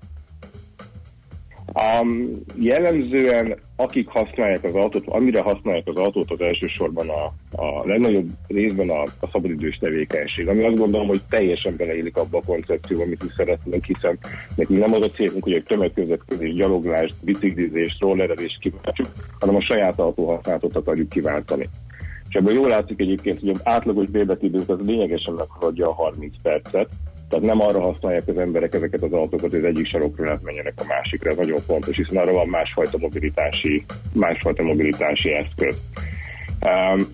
Um, jellemzően akik használják az autót, amire használják az autót, az elsősorban a, a legnagyobb részben a, a szabadidős tevékenység, ami azt gondolom, hogy teljesen beleillik abba a koncepcióba, amit mi szeretnénk, hiszen nekünk nem az a célunk, hogy egy tömegközlekedés, gyaloglást, biciklizést, rollerezést kiváltsuk, hanem a saját autóhasználatot akarjuk kiváltani. És ebből jól látszik egyébként, hogy az átlagos bérletidők az lényegesen meghaladja a harminc percet, tehát nem arra használják az emberek ezeket az autókat, hogy az egyik sarokról átmenjenek a másikra. Ez nagyon fontos, hiszen arra van másfajta mobilitási, másfajta mobilitási eszköz. Um,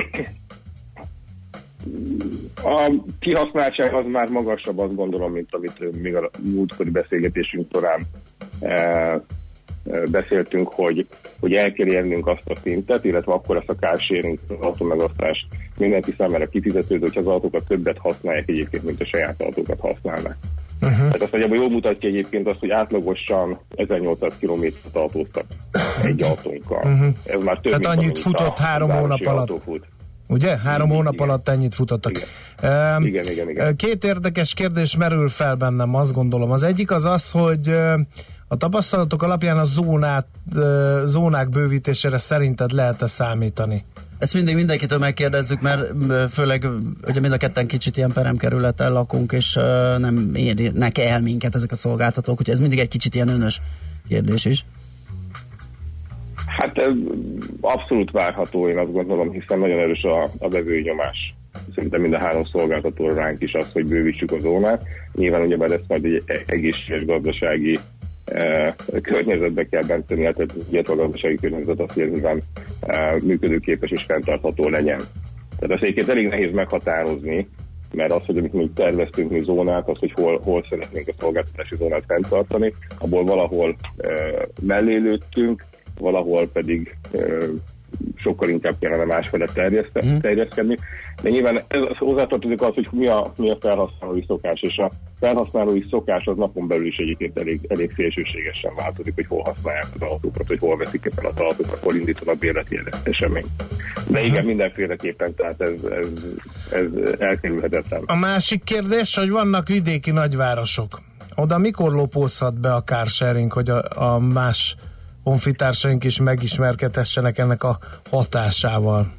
a kihasználtság az már magasabb, azt gondolom, mint amit még a múltkori beszélgetésünk során uh, beszéltünk, hogy, hogy el kell érnünk azt a szintet, illetve akkor azt a carsharing autómegosztást mindenki számára kifizetődő, hogy az autókat többet használják egyébként, mint a saját autókat használnak. Uh-huh. Tehát azt nagyjából jól mutatja egyébként azt, hogy átlagosan ezernyolcszáz kilométert autóztak egy autónkkal. Uh-huh. Ez már több, tehát annyit futott három hónap alatt. Fut. Ugye? Három igen, hónap igen. alatt ennyit futottak. Igen. Um, igen, igen, igen. Két érdekes kérdés merül fel bennem, azt gondolom. Az egyik az az, hogy a tapasztalatok alapján a zónát, zónák bővítésére szerinted lehet-e számítani? Ezt mindig mindenkitől megkérdezzük, mert főleg ugye mind a ketten kicsit ilyen peremkerületen lakunk, és nem érnek el minket ezek a szolgáltatók, úgyhogy ez mindig egy kicsit ilyen önös kérdés is. Hát abszolút várható, én azt gondolom, hiszen nagyon erős a, a vevői nyomás. Szerintem mind a három szolgáltatóra ránk is az, hogy bővítsük a zónát. Nyilván ugyebár ezt majd egy egészséges gazdasági eh, környezetbe kell benteni, tehát illetve a gazdasági környezet azt nyilván eh, működőképes és fenntartható legyen. Tehát ezt egyébként elég nehéz meghatározni, mert az, hogy amit mi terveztünk mi zónát, az, hogy hol, hol szeretnénk a szolgáltatási zónát fenntartani, abból valahol eh, mellé lőttünk, valahol pedig uh, sokkal inkább kellene másfele terjeszkedni. De nyilván ez hozzátartozik az, hogy mi a, mi a felhasználói szokás, és a felhasználói szokás az napon belül is egyébként elég, elég szélsőségesen változik, hogy hol használják az autókat, hogy hol veszik fel az autókat, hol indítanak bérleti esemény. De igen, mindenféleképpen, tehát ez, ez, ez elkerülhetetlen. A másik kérdés, hogy vannak vidéki nagyvárosok. Oda mikor lopózhat be a carsharing, hogy a, a más honfitársaink is megismerkedhessenek ennek a hatásával?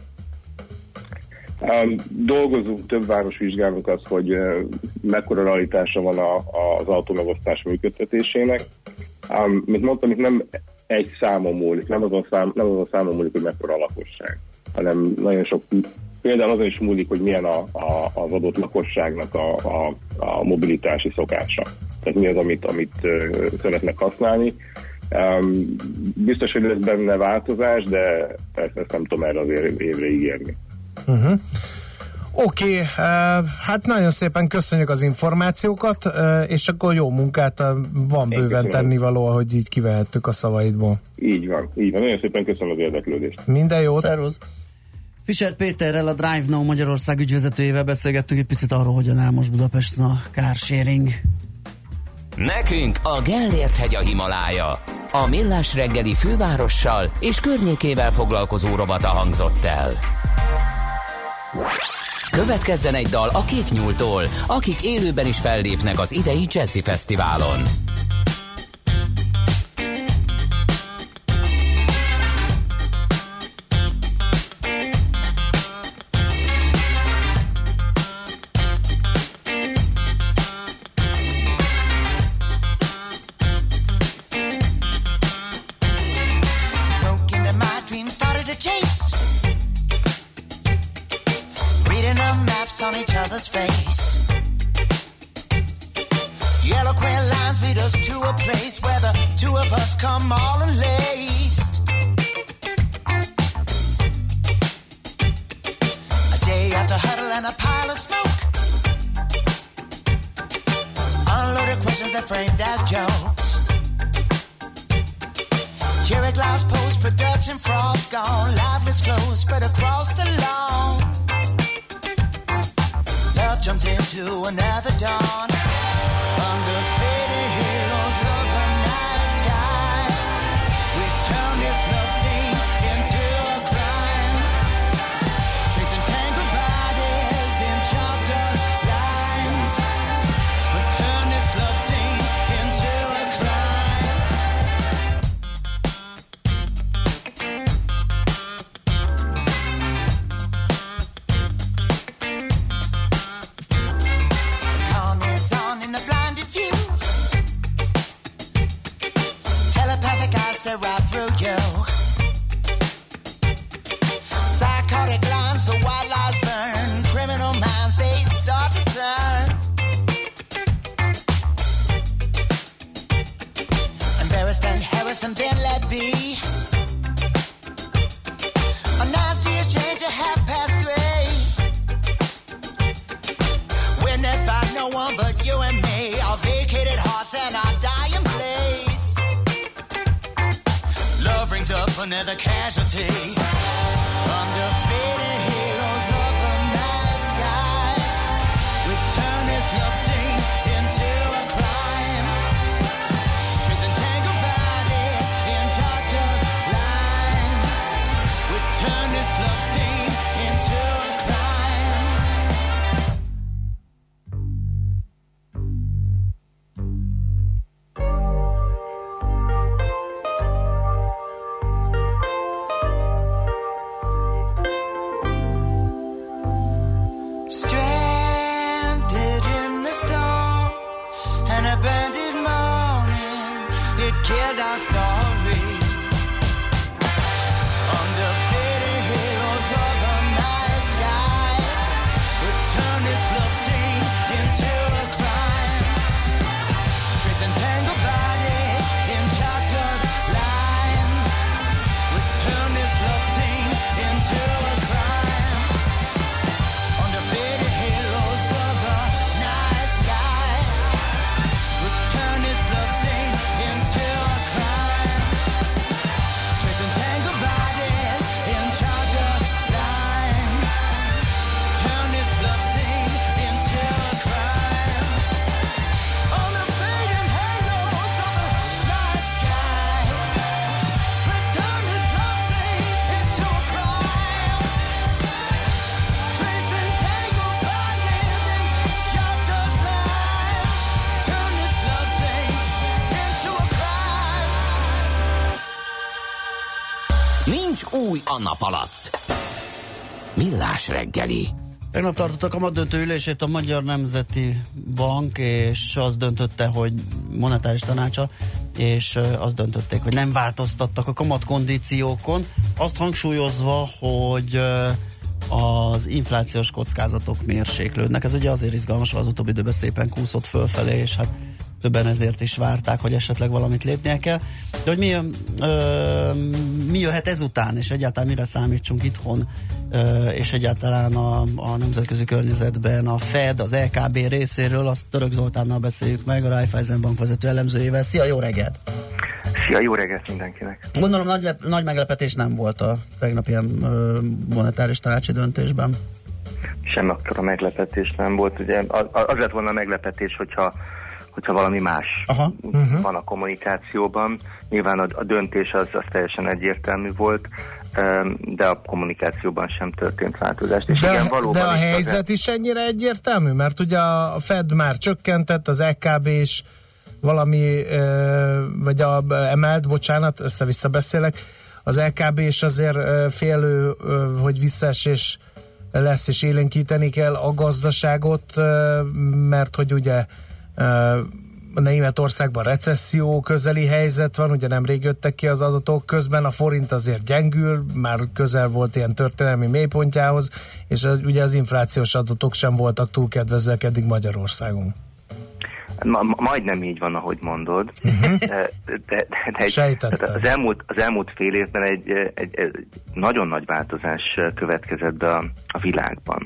Um, dolgozunk, több város vizsgálunk azt, hogy uh, mekkora realitása van a, a, az autómegosztás működtetésének. Um, mint mondtam, itt nem egy számon múlik, nem azon, szám, nem azon számon múlik, hogy mekkora a lakosság, hanem nagyon sok, például azon is múlik, hogy milyen a, a, az adott lakosságnak a, a, a mobilitási szokása. tehát mi az, amit, amit uh, szeretnek használni. Um, biztos, hogy lesz benne változás, de persze ezt nem tudom erre az évre ígérni. Uh-huh. Oké, okay, uh, hát nagyon szépen köszönjük az információkat, uh, és akkor jó munkát, uh, van Én bőven tennivaló, ahogy így kivehettük a szavaidból. Így van, így van. Nagyon szépen köszönöm az érdeklődést. Minden jót! Szervusz! Fischer Péterrel, a Drive Now Magyarország ügyvezetőjével beszélgettünk egy picit arról, hogyan áll most Budapesten a carsharing. Nekünk a Gellért hegy a Himalája. A Millás reggeli fővárossal és környékével foglalkozó rovata hangzott el. Következzen egy dal a Kéknyúltól, akik élőben is fellépnek az idei Jazzy Fesztiválon. On each other's face, yellow crayon lines lead us to a place where the two of us come all unlaced. A day after huddle and a pile of smoke, unloaded questions that framed as jokes. Cherry glass post production, frost gone, lifeless clothes spread across the lawn. Love jumps into another dawn under faded halos of the night sky. We turn this love scene into a crime, tracing tangled bodies in chalk dust lines. We turn this love scene into a crime. Right through you. Psychotic lines, the white lies burn. Criminal minds, they start to turn. Embarrassed and harassed and then let be. A nasty exchange at half past three. Witnessed by no one but you and me. Our vacated hearts and our dying place. Love rings up another casualty under faded halos of the night sky. We turn this love scene into a crime, tracing tangled bodies in chalk dust lines. We turn this love scene into a crime. Stranded in the storm and a bandit morning, it killed our story. Under faded halos of the night sky, we turn this love scene into a crime, tracing tangled bodies in chalk dust lines. We turn this love scene into a crime. Under faded halos of the night sky, we turn this love scene into a crime, tracing tangled bodies in chalk dust lines. Turn this love scene into a crime. Under faded halos of the night sky, we turn this love scene into a crime, tracing tangled bodies in chalk dust lines. Turn this love scene into a crime. Nincs új a nap alatt. Millás reggeli. Tegnap tartott a kamatdöntő ülését a Magyar Nemzeti Bank, és az döntötte, hogy monetáris tanácsa, és azt döntötték, hogy nem változtattak a kamatkondíciókon, azt hangsúlyozva, hogy az inflációs kockázatok mérséklődnek. Ez ugye azért izgalmas, az utóbbi időben szépen kúszott fölfelé, és hát többen ezért is várták, hogy esetleg valamit lépnie kell. De hogy mi, ö, mi jöhet ezután, és egyáltalán mire számítsunk itthon, ö, és egyáltalán a, a nemzetközi környezetben a Fed, az é ká bé részéről, azt Török Zoltánnal beszéljük meg, a Raiffeisen Bank vezető elemzőjével. Szia, jó reggelt! Szia, jó reggelt mindenkinek! Gondolom nagy, nagy meglepetés nem volt a tegnapi ilyen monetáris tanácsi döntésben. Sem akkora meglepetés nem volt. Ugye az, az lett volna a meglepetés, hogyha, hogyha valami más Aha. van a kommunikációban. Nyilván a, a döntés az, az teljesen egyértelmű volt, de a kommunikációban sem történt változás. És de, igen, valóban de a helyzet az... is ennyire egyértelmű? Mert ugye a Fed már csökkentett, az é ká bé is valami, vagy a, emelt, bocsánat, össze-vissza beszélek, az é ká bé is azért félő, hogy visszaesés lesz, és élénkíteni kell a gazdaságot, mert hogy ugye Németországban recesszió közeli helyzet van, ugye nemrég jöttek ki az adatok, közben a forint azért gyengül, már közel volt ilyen történelmi mélypontjához, és az, ugye az inflációs adatok sem voltak túl kedvezőek eddig Magyarországon. Ma, majdnem így van, ahogy mondod. Uh-huh. De, de, de egy, az, elmúlt, az elmúlt fél évben egy, egy, egy nagyon nagy változás következett be a, a világban.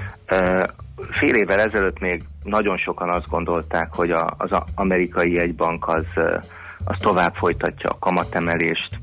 Fél évvel ezelőtt még nagyon sokan azt gondolták, hogy a, az amerikai jegybank az, az tovább folytatja a kamatemelést.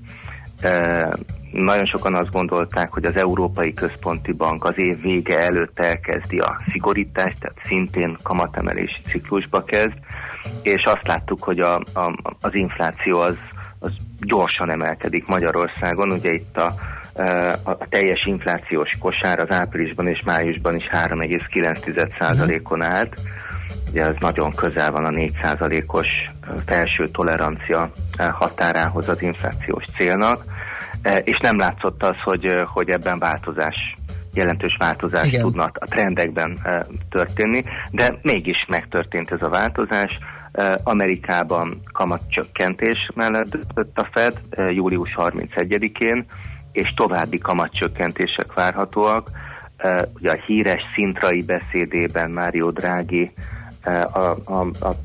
Nagyon sokan azt gondolták, hogy az Európai Központi Bank az év vége előtt elkezdi a szigorítást, tehát szintén kamatemelési ciklusba kezd, és azt láttuk, hogy a, a, az infláció az, az gyorsan emelkedik Magyarországon. Ugye itt a, a, a teljes inflációs kosár az áprilisban és májusban is három egész kilenc százalékon állt. Ugye ez nagyon közel van a négy százalékos felső tolerancia határához az inflációs célnak, és nem látszott az, hogy, hogy ebben változás, jelentős változás Igen. tudna a trendekben történni, de mégis megtörtént ez a változás. Amerikában kamatcsökkentés mellett döntött a Fed július harmincegyedikén, és további kamatcsökkentések várhatóak. Ugye a híres szintrai beszédében Mário Draghi A, a, a,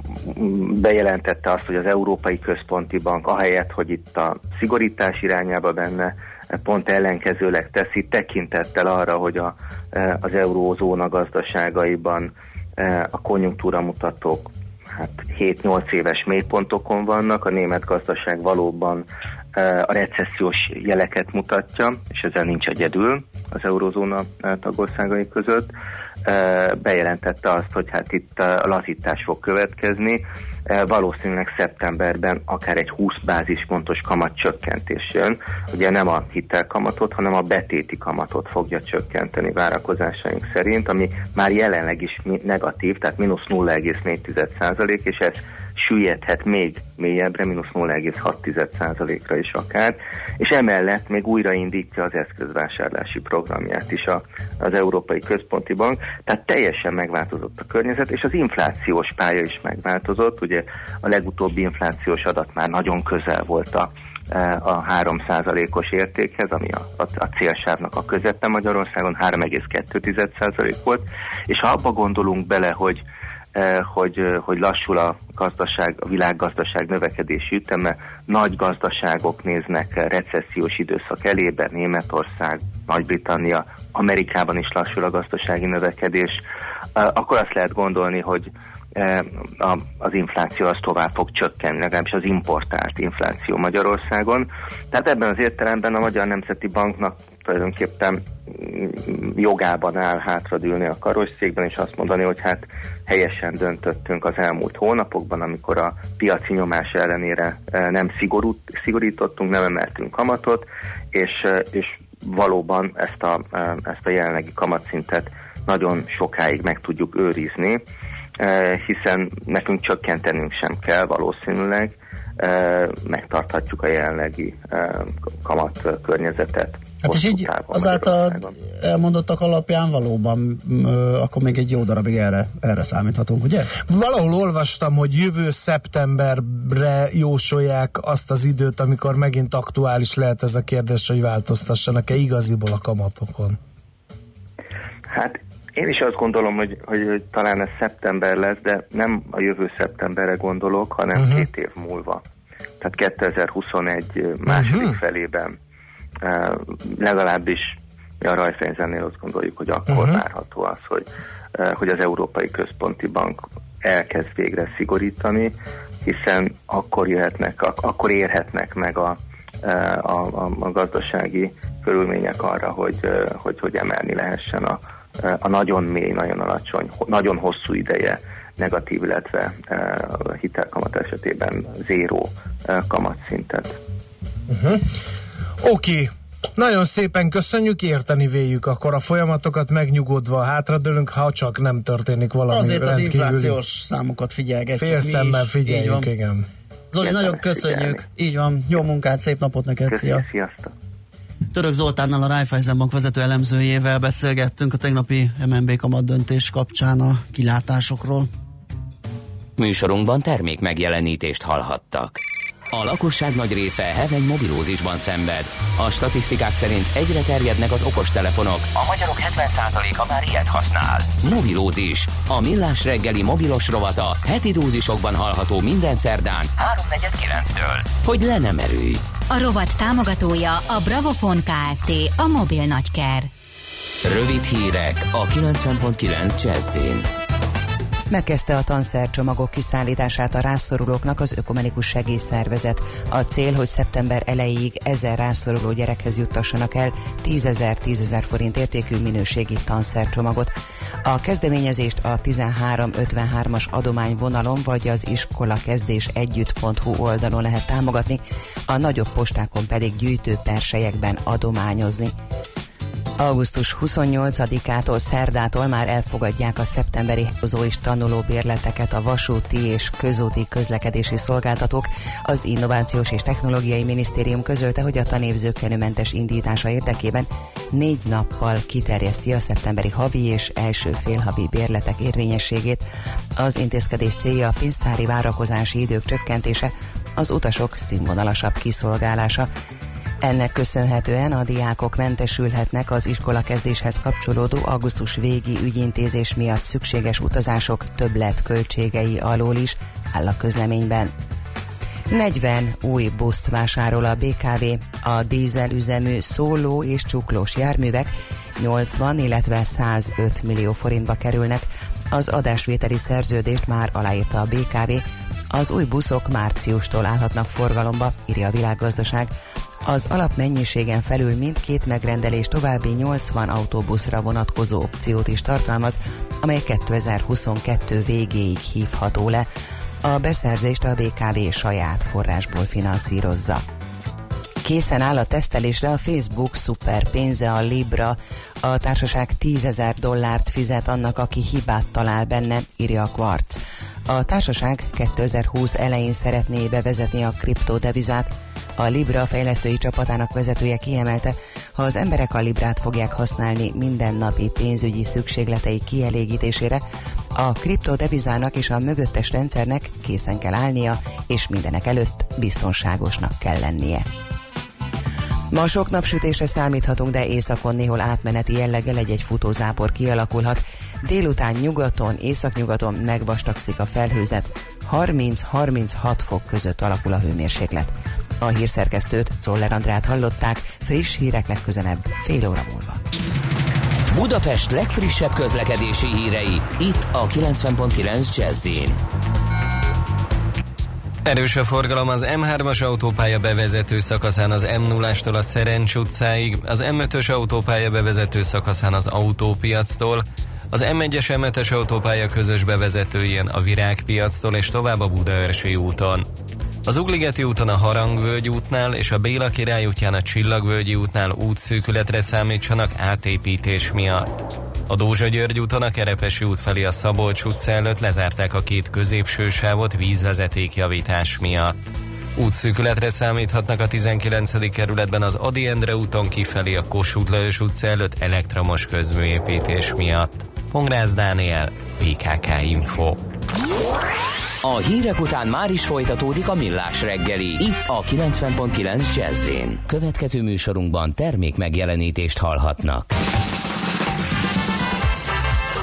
bejelentette azt, hogy az Európai Központi Bank ahelyett, hogy itt a szigorítás irányába benne, pont ellenkezőleg teszi, tekintettel arra, hogy a, az eurózóna gazdaságaiban a konjunktúramutatók hát hét-nyolc éves mélypontokon vannak, a német gazdaság valóban a recessziós jeleket mutatja, és ezzel nincs egyedül az eurózóna tagországai között. Bejelentette azt, hogy hát itt a lazítás fog következni, valószínűleg szeptemberben akár egy húsz bázispontos kamatcsökkentés jön. Ugye nem a hitelkamatot, hanem a betéti kamatot fogja csökkenteni várakozásaink szerint, ami már jelenleg is negatív, tehát mínusz nulla egész négy százalék, és ez süllyedhet még mélyebbre, mínusz nulla egész hat százalékra is akár, és emellett még újraindítja az eszközvásárlási programját is a, az Európai Központi Bank, tehát teljesen megváltozott a környezet, és az inflációs pálya is megváltozott, ugye a legutóbbi inflációs adat már nagyon közel volt a, a három százalékos értékhez, ami a, a, a célsávnak a közepe Magyarországon, három egész kettő százalék volt, és ha abba gondolunk bele, hogy Hogy, hogy lassul a gazdaság, a világgazdaság növekedési üteme, nagy gazdaságok néznek recessziós időszak elébe, Németország, Nagy-Britannia, Amerikában is lassul a gazdasági növekedés, akkor azt lehet gondolni, hogy az infláció az tovább fog csökkenni, legalábbis az importált infláció Magyarországon. Tehát ebben az értelemben a Magyar Nemzeti Banknak tulajdonképpen jogában áll hátradülni a karosszékben, és azt mondani, hogy hát helyesen döntöttünk az elmúlt hónapokban, amikor a piaci nyomás ellenére nem szigorút, szigorítottunk, nem emeltünk kamatot, és, és valóban ezt a, ezt a jelenlegi kamatszintet nagyon sokáig meg tudjuk őrizni, hiszen nekünk csökkentenünk sem kell valószínűleg, megtarthatjuk a jelenlegi kamat környezetet. Hát és így azáltal elmondottak alapján valóban ö, akkor még egy jó darabig erre, erre számíthatunk, ugye? Valahol olvastam, hogy jövő szeptemberre jósolják azt az időt, amikor megint aktuális lehet ez a kérdés, hogy változtassanak-e igaziból a kamatokon? Hát Én is azt gondolom, hogy, hogy, hogy talán ez szeptember lesz, de nem a jövő szeptemberre gondolok, hanem uh-huh. két év múlva. Tehát kétezer-huszonegy második uh-huh. felében uh, legalábbis mi a Raiffeisennél azt gondoljuk, hogy akkor uh-huh. várható az, hogy, uh, hogy az Európai Központi Bank elkezd végre szigorítani, hiszen akkor jöhetnek, ak- akkor érhetnek meg a, a, a, a gazdasági körülmények arra, hogy, hogy, hogy emelni lehessen a, a nagyon mély, nagyon alacsony, nagyon hosszú ideje negatív, illetve a hitelkamat esetében zéró kamatszintet. Uh-huh. Oké. Okay. Nagyon szépen köszönjük, érteni véljük akkor a folyamatokat, megnyugodva hátradőlünk, ha csak nem történik valami azért rendkívüli. Az inflációs számokat figyelgetjük. Fél szemmel figyeljük, igen. Zoli, Érdemes nagyon köszönjük. figyelni. Így van, jó munkát, szép napot neked, szia. Sziasztok. Török Zoltánnal, a Raiffeisen Bank vezető elemzőjével beszélgettünk a tegnapi em en bé kamat döntés kapcsán a kilátásokról. Műsorunkban termék megjelenítést hallhattak. A lakosság nagy része heveny mobilózisban szenved. A statisztikák szerint egyre terjednek az okostelefonok. A magyarok hetven százaléka már ilyet használ. Mobilózis. A millás reggeli mobilos rovata heti dózisokban hallható minden szerdán háromnegyed kilenctől. Hogy le nem erőj. A rovat támogatója a Bravofon Kft. A mobil nagyker. Rövid hírek a kilencven pont kilenc Jazzin. Megkezdte a tanszercsomagok kiszállítását a rászorulóknak az Ökumenikus Segélyszervezet. A cél, hogy szeptember elejéig ezer rászoruló gyerekhez juttassanak el tízezer-tízezer forint értékű minőségi tanszercsomagot. A kezdeményezést a tizenhárom ötvenhármas adományvonalon vagy az iskolakezdésegyütt pont hu oldalon lehet támogatni, a nagyobb postákon pedig gyűjtőperselyekben adományozni. augusztus huszonnyolcadikától szerdától már elfogadják a szeptemberi hozó és tanulóbérleteket a vasúti és közúti közlekedési szolgáltatók. Az Innovációs és Technológiai Minisztérium közölte, hogy a tanév zökkenőmentes indítása érdekében négy nappal kiterjeszti a szeptemberi havi és első félhavi bérletek érvényességét. Az intézkedés célja a pénztári várakozási idők csökkentése, az utasok színvonalasabb kiszolgálása. Ennek köszönhetően a diákok mentesülhetnek az iskolakezdéshez kapcsolódó augusztus végi ügyintézés miatt szükséges utazások többlet költségei alól is, áll a közleményben. negyven új buszt vásárol a bé ká vé, a dízelüzemű szóló és csuklós járművek nyolcvan, illetve százöt millió forintba kerülnek. Az adásvételi szerződést már aláírta a bé ká vé, az új buszok márciustól állhatnak forgalomba, írja a Világgazdaság. Az alapmennyiségen felül mindkét megrendelés további nyolcvan autóbuszra vonatkozó opciót is tartalmaz, amely kétezer-huszonkettő végéig hívható le. A beszerzést a bé ká vé saját forrásból finanszírozza. Készen áll a tesztelésre a Facebook szuper pénze, a Libra. A társaság tízezer dollárt fizet annak, aki hibát talál benne, írja a Quartz. A társaság kétezer-húsz elején szeretné bevezetni a kriptodevizát. A Libra fejlesztői csapatának vezetője kiemelte, ha az emberek a Librát fogják használni mindennapi pénzügyi szükségleteik kielégítésére, a kriptodevizának és a mögöttes rendszernek készen kell állnia, és mindenek előtt biztonságosnak kell lennie. Ma sok napsütésre számíthatunk, de északon néhol átmeneti jelleggel egy-egy futózápor kialakulhat. Délután nyugaton, északnyugaton megvastagszik a felhőzet, harminc-harminchat fok között alakul a hőmérséklet. A hírszerkesztőt, Czoller Andrát hallották, friss hírek legközelebb fél óra múlva. Budapest legfrissebb közlekedési hírei, itt a kilencven pont kilenc Jazz-in. Erős a forgalom az em hármas autópálya bevezető szakaszán az em nullástól a Szerencs utcáig, az em ötös autópálya bevezető szakaszán az Autópiactól, az em egyes em ötös autópálya közös bevezetőjén a Virágpiactól és tovább a Budaörsi úton. Az Ugligeti úton a Harangvölgy útnál és a Béla Király útján a Csillagvölgyi útnál útszűkületre számítsanak átépítés miatt. A Dózsa György úton a Kerepesi út felé a Szabolcs utca előtt lezárták a két középső sávot vízvezetékjavítás miatt. Útszűkületre számíthatnak a tizenkilencedik kerületben az Ady Endre úton kifelé a Kossuth Lajos utca előtt elektromos közműépítés miatt. Pongrász Dániel, pé ká ká Info. A hírek után már is folytatódik a Millás reggeli, itt a kilencven pont kilenc Jazz-in. Következő műsorunkban termék megjelenítést hallhatnak.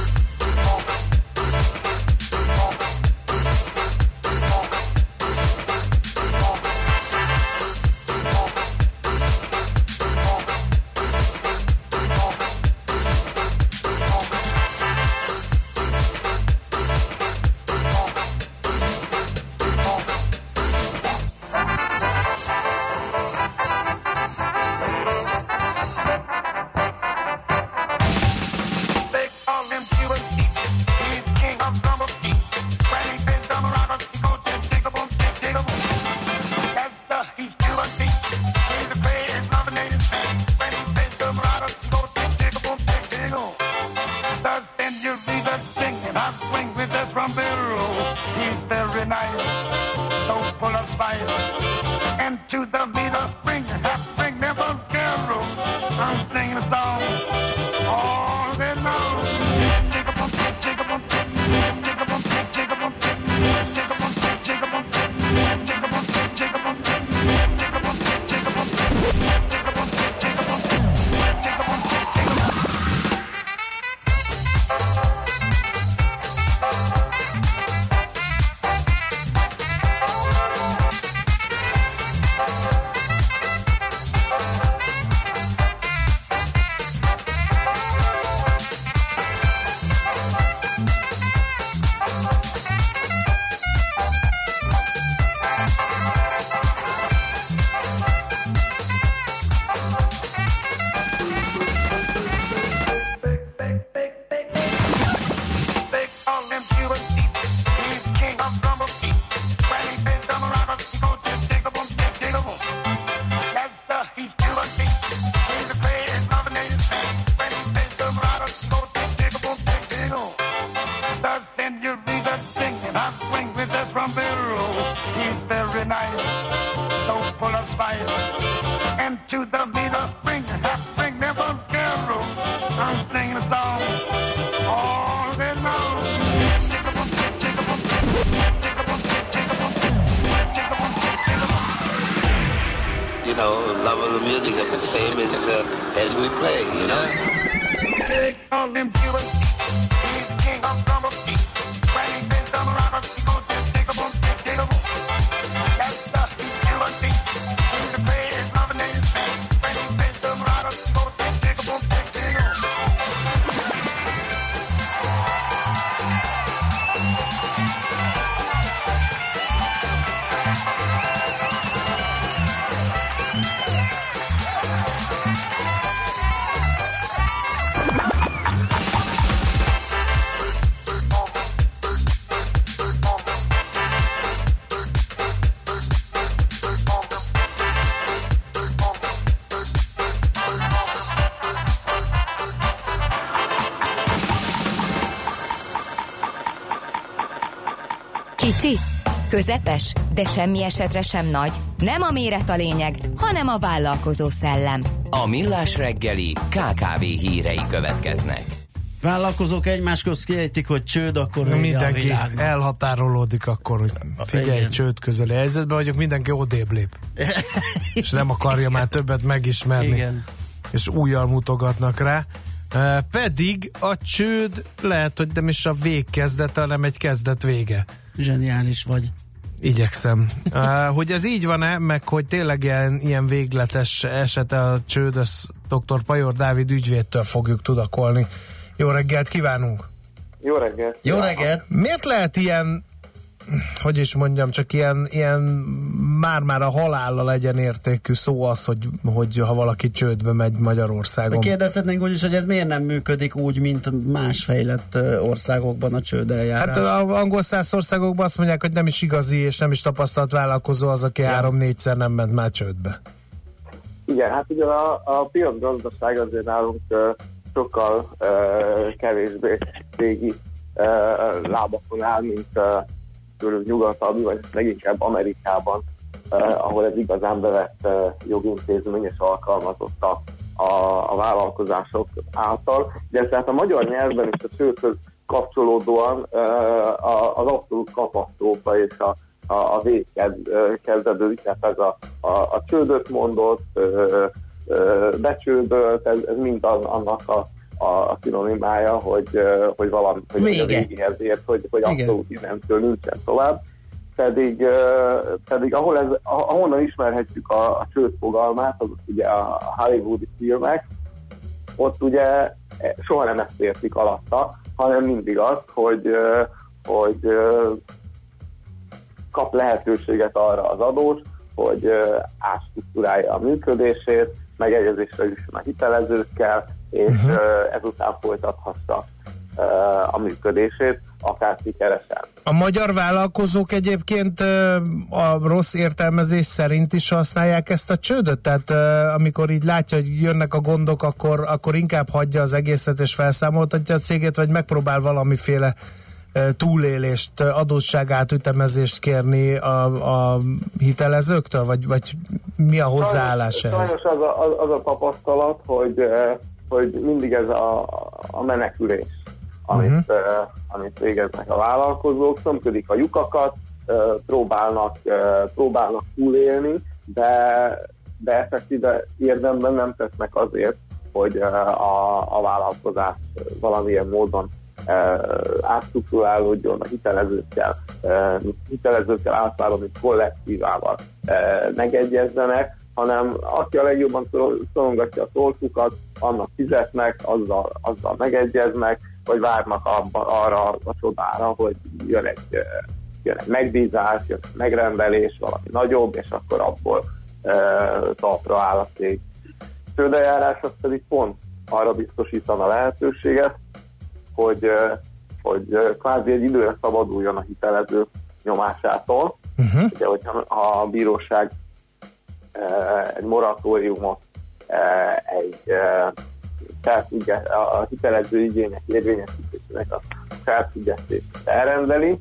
jiggle. Thus then you'll be the singing. I swing with this rumble. He's very nice, so full of fire. And to the beat of spring, I swing them on carol. I'm singing a song all day long. Jiggle bump, jiggle bump, jiggle bump, jiggle bump, jiggle bump, jiggle bump, jiggle bump, jiggle bump, jiggle bump, jiggle bump, jiggle bump, jiggle bump, jiggle bump, jiggle bump. Kicsi, közepes, de semmi esetre sem nagy. Nem a méret a lényeg, hanem a vállalkozó szellem. A Millás reggeli ká ká vé hírei következnek. Vállalkozók egymás közt kiejtik, hogy csőd, akkor mindenki elhatárolódik, akkor figyelj, igen. Csőd közeli helyzetben vagyok, mindenki odébb lép. És nem akarja már többet megismerni. Igen. És újjal mutogatnak rá. Uh, pedig a csőd lehet, hogy nem is a végkezdete, hanem egy kezdet vége. Zseniális vagy. Igyekszem. Uh, hogy ez így van-e, meg hogy tényleg ilyen, ilyen végletes esete a csőd, ezt dr. Pajor Dávid ügyvédtől fogjuk tudakolni. Jó reggelt kívánunk! Jó reggelt! Jó reggelt! Miért lehet ilyen, hogy is mondjam, csak ilyen, ilyen már-már a halállal legyen értékű szó az, hogy, hogy ha valaki csődbe megy Magyarországon? Kérdezhetnénk úgyis, hogy ez miért nem működik úgy, mint más fejlett országokban a csődeljárás? Hát az angol száz országokban azt mondják, hogy nem is igazi és nem is tapasztalt vállalkozó az, aki ja. három-négyszer nem ment már csődbe. Igen, hát ugye a, a piacgazdaság azért nálunk uh, sokkal uh, kevésbé régi uh, lábakon áll, mint uh, nyugatabb, vagy leginkább Amerikában, uh, ahol ez igazán bevett uh, jogintézmény és alkalmazott a, a, a vállalkozások által. De tehát a magyar nyelvben is a csődhöz kapcsolódóan uh, az abszolút katasztrófa és a, a, a végkezdődés, tehát ez a, a, a csődöt mondott, uh, uh, becsődölt, ez, ez mind az, annak a a, a szinonimája, hogy, hogy valami, hogy a végéhez ért, hogy, hogy abszolút innentől nincsen tovább. Pedig, pedig ahol ez, ahonnan ismerhetjük a, a csőd fogalmát, az ugye a hollywoodi filmek, ott ugye soha nem ezt értik alatta, hanem mindig az, hogy, hogy kap lehetőséget arra az adós, hogy átstruktúrálja a működését, megegyezésre jusson a hitelezőkkel, és uh-huh. ezután folytathassa a működését, akár sikeresen. A magyar vállalkozók egyébként a rossz értelmezés szerint is használják ezt a csődöt? Tehát amikor így látja, hogy jönnek a gondok, akkor, akkor inkább hagyja az egészet és felszámoltatja a cégét, vagy megpróbál valamiféle túlélést, adósságátütemezést kérni a, a hitelezőktől, vagy, vagy mi a hozzáállás ehhez? Sajnos az a, az, az a tapasztalat, hogy, hogy mindig ez a, a menekülés, amit, uh-huh. uh, amit végeznek a vállalkozók, szömködik a lyukakat, uh, próbálnak, uh, próbálnak túlélni, de, de effektíve érdemben nem tesznek azért, hogy uh, a, a vállalkozás valamilyen módon uh, átstruktúrálódjon, a hitelezőkkel, uh, hitelezőkkel általában, mint kollektívával uh, megegyezzenek, hanem aki a legjobban szorongatja a torkukat, annak fizetnek, azzal, azzal megegyeznek, vagy várnak abba, arra a csodára, hogy jön egy, jön egy megbízás, jön egy megrendelés, valami nagyobb, és akkor abból e, talpra áll a cég. Csődejárás az pedig pont arra biztosítana lehetőséget, hogy, e, hogy kvázi egy időre szabaduljon a hitelező nyomásától. Uh-huh. Ugye, hogyha a bíróság e, egy moratóriumot, e, egy e, a hitelező igények érvényesítésének a felfüggesztést elrendeli,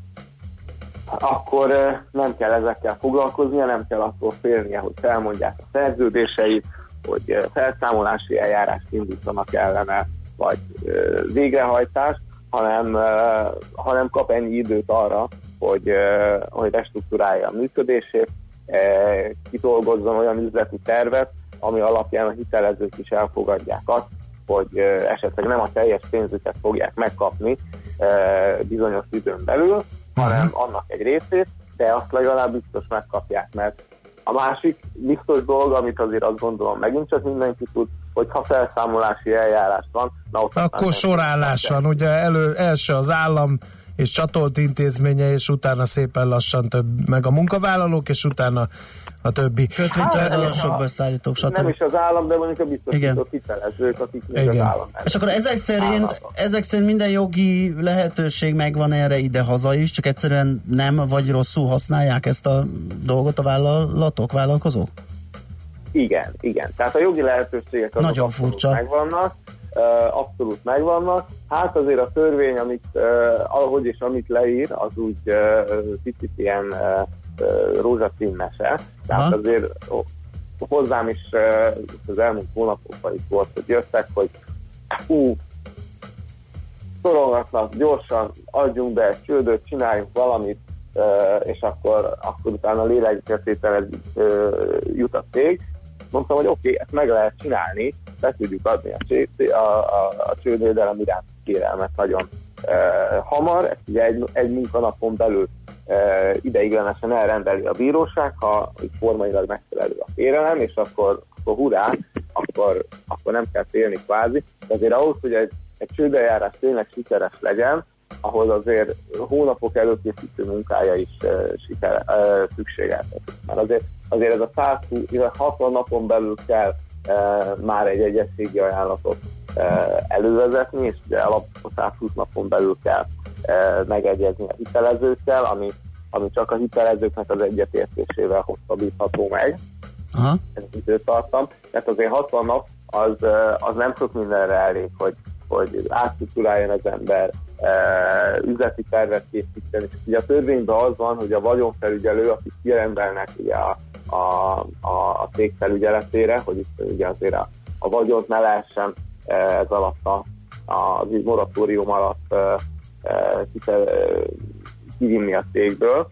akkor nem kell ezekkel foglalkoznia, nem kell attól félnie, hogy felmondják a szerződéseit, hogy felszámolási eljárást indítanak ellene, vagy végrehajtást, hanem, hanem kap ennyi időt arra, hogy, hogy restruktúrálja a működését, kidolgozzon olyan üzleti tervet, ami alapján a hitelezők is elfogadják azt, hogy esetleg nem a teljes pénzüket fogják megkapni bizonyos időn belül, hanem annak egy részét, de azt legalább biztos megkapják, mert a másik biztos dolog, amit azért azt gondolom megint csak mindenki tud, hogy ha felszámolási eljárás van, na ott akkor sorállás van, ugye elő, első az állam és csatolt intézménye, és utána szépen lassan több, meg a munkavállalók, és utána a többi. Kötvénytárgyalások, beszállítók, stb. Nem is az állam, de mondjuk a biztosított hitelezők, akik még az állam. És akkor ezek szerint, ezek szerint minden jogi lehetőség megvan erre ide-haza is, csak egyszerűen nem vagy rosszul használják ezt a dolgot a vállalatok, vállalkozók? Igen, igen. Tehát a jogi lehetőségek azok nagyon abszolút furcsa. megvannak, uh, abszolút megvannak. Hát azért a törvény, amit, uh, ahogy és amit leír, az úgy uh, picit ilyen uh, uh, rózsaszín-mese. Tehát ha? azért oh, hozzám is uh, az elmúlt hónapokban is volt, hogy jöttek, hogy hú, szorongatnak, gyorsan adjunk be egy csődöt, csináljunk valamit, uh, és akkor, akkor utána lélegzetvételhez uh, jut a cég. Mondtam, hogy oké, okay, ezt meg lehet csinálni, be tudjuk adni a, cső, a, a, a csődvédelem iránt kérelmet nagyon e, hamar, ezt ugye egy, egy munkanapon belül e, ideiglenesen elrendeli a bíróság, ha formailag megfelelő a kérelem, és akkor, akkor hurrá, akkor, akkor nem kell félni kvázi. De azért ahhoz, hogy egy, egy csődeljárás tényleg sikeres legyen, ahhoz azért hónapok előkészítő munkája is e, siker, e, szükségeltetik. Mert azért, azért ez a száz hatvan napon belül kell e, már egy egyességi ajánlatot e, elővezetni, és ugye alapvetően száz húsz napon belül kell e, megegyezni a hitelezőkkel, ami, ami csak a hitelezőknek az egyetértésével hosszabbítható meg. Aha. Ez az időtartam. Tehát azért hatvan nap az, az nem sok mindenre elég, hogy, hogy átstruktúráljon az ember, Uh, üzleti tervet készíteni. Ugye a törvényben az van, hogy a vagyonfelügyelő, akik kirendelnek ugye a, a, a, a cég felügyeletére, hogy itt ugye azért a, a vagyont ne lehessen uh, ez alatt a, a moratórium alatt uh, uh, kivinni a cégből,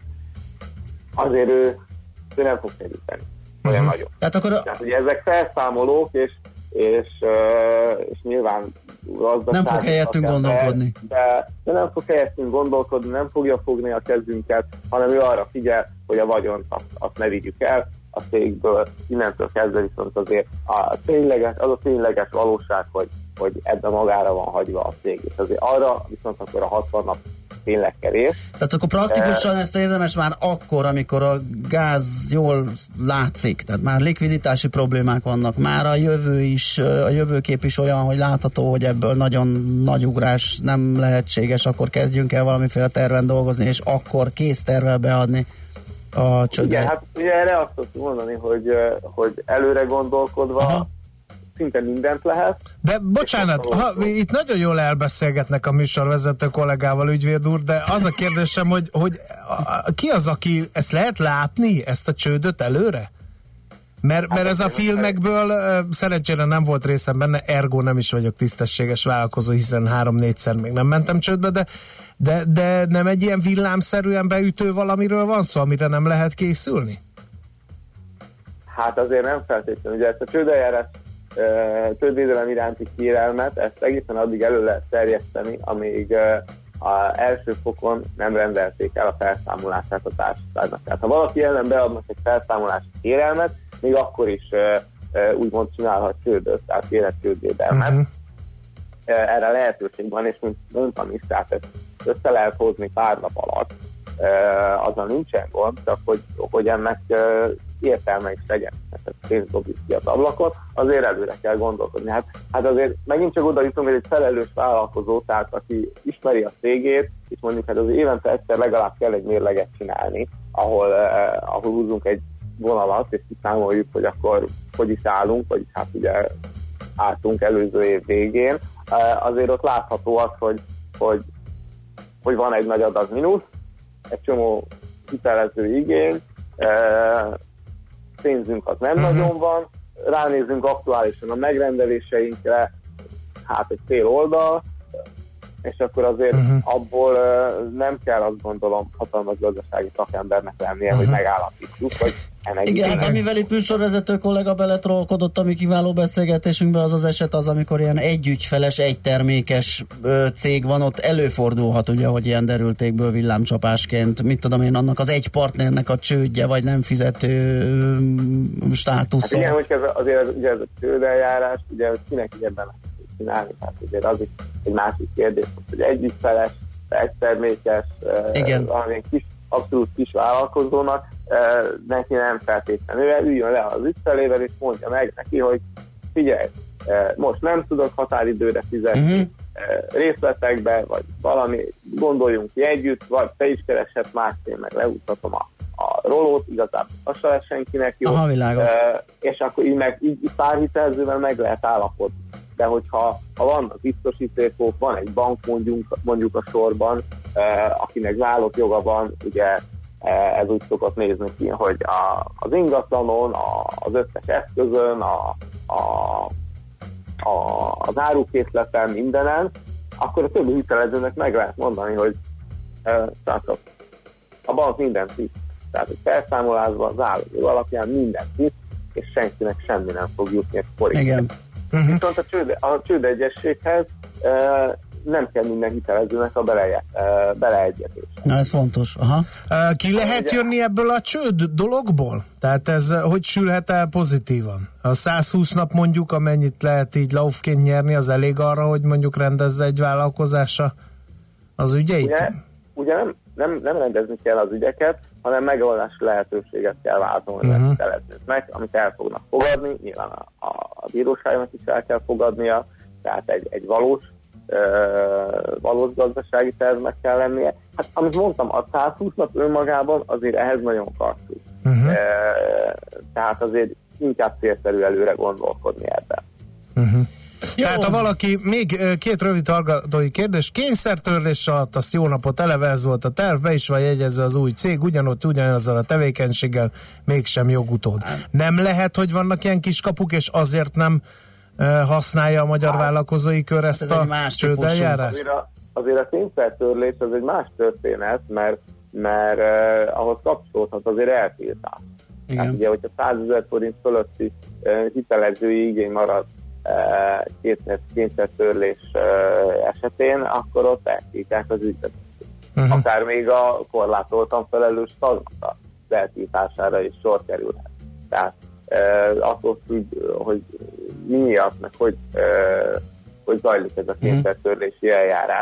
azért ő, ő nem fog segíteni. Olyan uh-huh. nagyon. Tehát, akkor a... Tehát ugye ezek felszámolók, és, és, uh, és nyilván nem fog helyettünk gondolkodni. De, de nem fog helyettünk gondolkodni, nem fogja fogni a kezünket, hanem ő arra figyel, hogy a vagyont azt, azt ne vigyük el a cégből. Innentől kezdve viszont azért a tényleges, az a tényleges valóság, hogy, hogy ebben magára van hagyva a cég. És azért arra viszont akkor a hatvan nap tényleg kevés. Tehát akkor praktikusan ezt érdemes már akkor, amikor a gáz jól látszik, tehát már likviditási problémák vannak, már a jövő is, a jövőkép is olyan, hogy látható, hogy ebből nagyon nagy ugrás nem lehetséges, akkor kezdjünk el valamiféle terven dolgozni, és akkor kész tervel beadni a csődöt. Igen, hát ugye erre azt tudjuk mondani, hogy, hogy előre gondolkodva aha. szinte mindent lehet. De bocsánat, ha, itt nagyon jól elbeszélgetnek a műsorvezető kollégával, ügyvéd úr, de az a kérdésem, hogy, hogy a, ki az, aki ezt lehet látni, ezt a csődöt előre? Mert, mert ez a filmekből szerencsére nem volt részem benne, ergo nem is vagyok tisztességes vállalkozó, hiszen három-négyszer még nem mentem csődbe, de, de, de nem egy ilyen villámszerűen beütő valamiről van szó, amire nem lehet készülni? Hát azért nem feltétlenül. Ugye ezt a csődeljárás, csődvédelem iránti kérelmet, ezt egészen addig elő lehet terjeszteni, amíg az első fokon nem rendelték el a felszámolását a társaságnak. Tehát ha valaki ellen beadnak egy felszámolási kérelmet, még akkor is úgymond csinálhat csődöt, tehát kérhet csődvédelmet. Uh-huh. Erre lehetőség van, és mint mondtam is, tehát ezt össze lehet hozni pár nap alatt, azzal nincsen gond, csak hogy, hogy ennek értelme is legyen, mert pénzt dobjuk ki az ablakot, azért előre kell gondolkodni. Hát, hát azért megint csak oda jutunk, hogy egy felelős vállalkozó, tehát aki ismeri a cégét, és mondjuk hát az évente egyszer legalább kell egy mérleget csinálni, ahol, eh, ahol húzunk egy vonalat, és kiszámoljuk, hogy akkor hogy is állunk, vagy hát ugye álltunk előző év végén. Eh, azért ott látható az, hogy, hogy, hogy van egy nagy adag mínusz, egy csomó hitelező igény, eh, pénzünk az nem uh-huh. nagyon van, ránézünk aktuálisan a megrendeléseinkre, hát egy fél oldal, és akkor azért uh-huh. abból uh, nem kell, azt gondolom, hatalmas gazdasági szakembernek lennie, uh-huh. hogy megállapítsuk, hogy ennek igen, hát amivel itt műsorvezető kollega beletrollkodott a mi kiváló beszélgetésünkbe, az az eset az, amikor ilyen együgyfeles, egytermékes ö, cég van, ott előfordulhat ugye, hogy ilyen derültékből villámcsapásként, mit tudom én, annak az egy partnernek a csődje, vagy nem fizető ö, státusza. Hát igen, hogy ez, azért ugye ez a csődeljárás, ugye kinek ebben csinálni, tehát ugye az is egy másik kérdés, hogy együgyfeles, egytermékes, valami kis, abszolút kis vállalkozónak, neki nem feltétlenül, üljön le az ügyfelével, és mondja meg neki, hogy figyelj, most nem tudok határidőre fizetni, uh-huh. részletekbe, vagy valami, gondoljunk ki együtt, vagy te is keresett más, én meg leúsztatom a, a rolót, igazából az se lesz senkinek jó. Aha, világos. És akkor így, meg, így pár hitelzővel meg lehet állapodni. De hogyha ha vannak biztosítékok, van egy bank mondjuk, mondjuk a sorban, eh, akinek zálogt joga van, ugye eh, ez úgy szokott nézni ki, hogy a, az ingatlanon, a, az összes eszközön, a, a, a, az árukészleten, mindenen, akkor a többi hitelezőnek meg lehet mondani, hogy eh, tehát a, a bank mindent visz. Tehát egy felszámolásban zálogt jog alapján mindent visz, és senkinek semmi nem fog jutni egy forint. Igen. Uh-huh. Viszont a, csőd, a csődegyességhez e, nem kell minden hitelezőnek a beleje, e, beleegyezés. Na ez fontos. Aha. Ki lehet jönni ebből a csőd dologból? Tehát ez hogy sülhet el pozitívan? A száz húsz nap mondjuk, amennyit lehet így laufként nyerni, az elég arra, hogy mondjuk rendezze egy vállalkozása az ügyeit? Ugye, ugye nem, nem, nem rendezni kell az ügyeket, hanem megoldási lehetőséget kell váltani uh-huh. a hitelezőknek, amit el fognak fogadni, nyilván a, a, a bíróságnak is el kell fogadnia, tehát egy, egy valós, ö, valós gazdasági tervnek kell lennie. Hát amit mondtam, a száz húsz nap önmagában azért ehhez nagyon karcsú. Uh-huh. E, tehát azért inkább célszerű előre gondolkodni ebben. Uh-huh. Tehát ha valaki, még két rövid hallgatói kérdés, kényszertörlés alatt, azt jó napot, eleve ez volt a terv, be is van jegyezve az új cég, ugyanott ugyanazzal a tevékenységgel, mégsem jogutód. Nem lehet, hogy vannak ilyen kiskapuk, és azért nem uh, használja a magyar hát, vállalkozói kör ezt ez a csődeljárást? Azért a, azért a kényszertörlés az egy más történet, mert, mert uh, ahhoz kapcsolódhat azért eltiltás. Hát ugye, hogyha százezer forint fölötti uh, hitelezői igény marad két kényszertörlés esetén, akkor ott eltiltják az ügyet. Uh-huh. Akár még a korlátoltan felelős tagnak az eltiltására is sor kerülhet. Tehát e, attól függ, hogy mi miatt, meg hogy, e, hogy zajlik ez a kényszertörlési eljárás.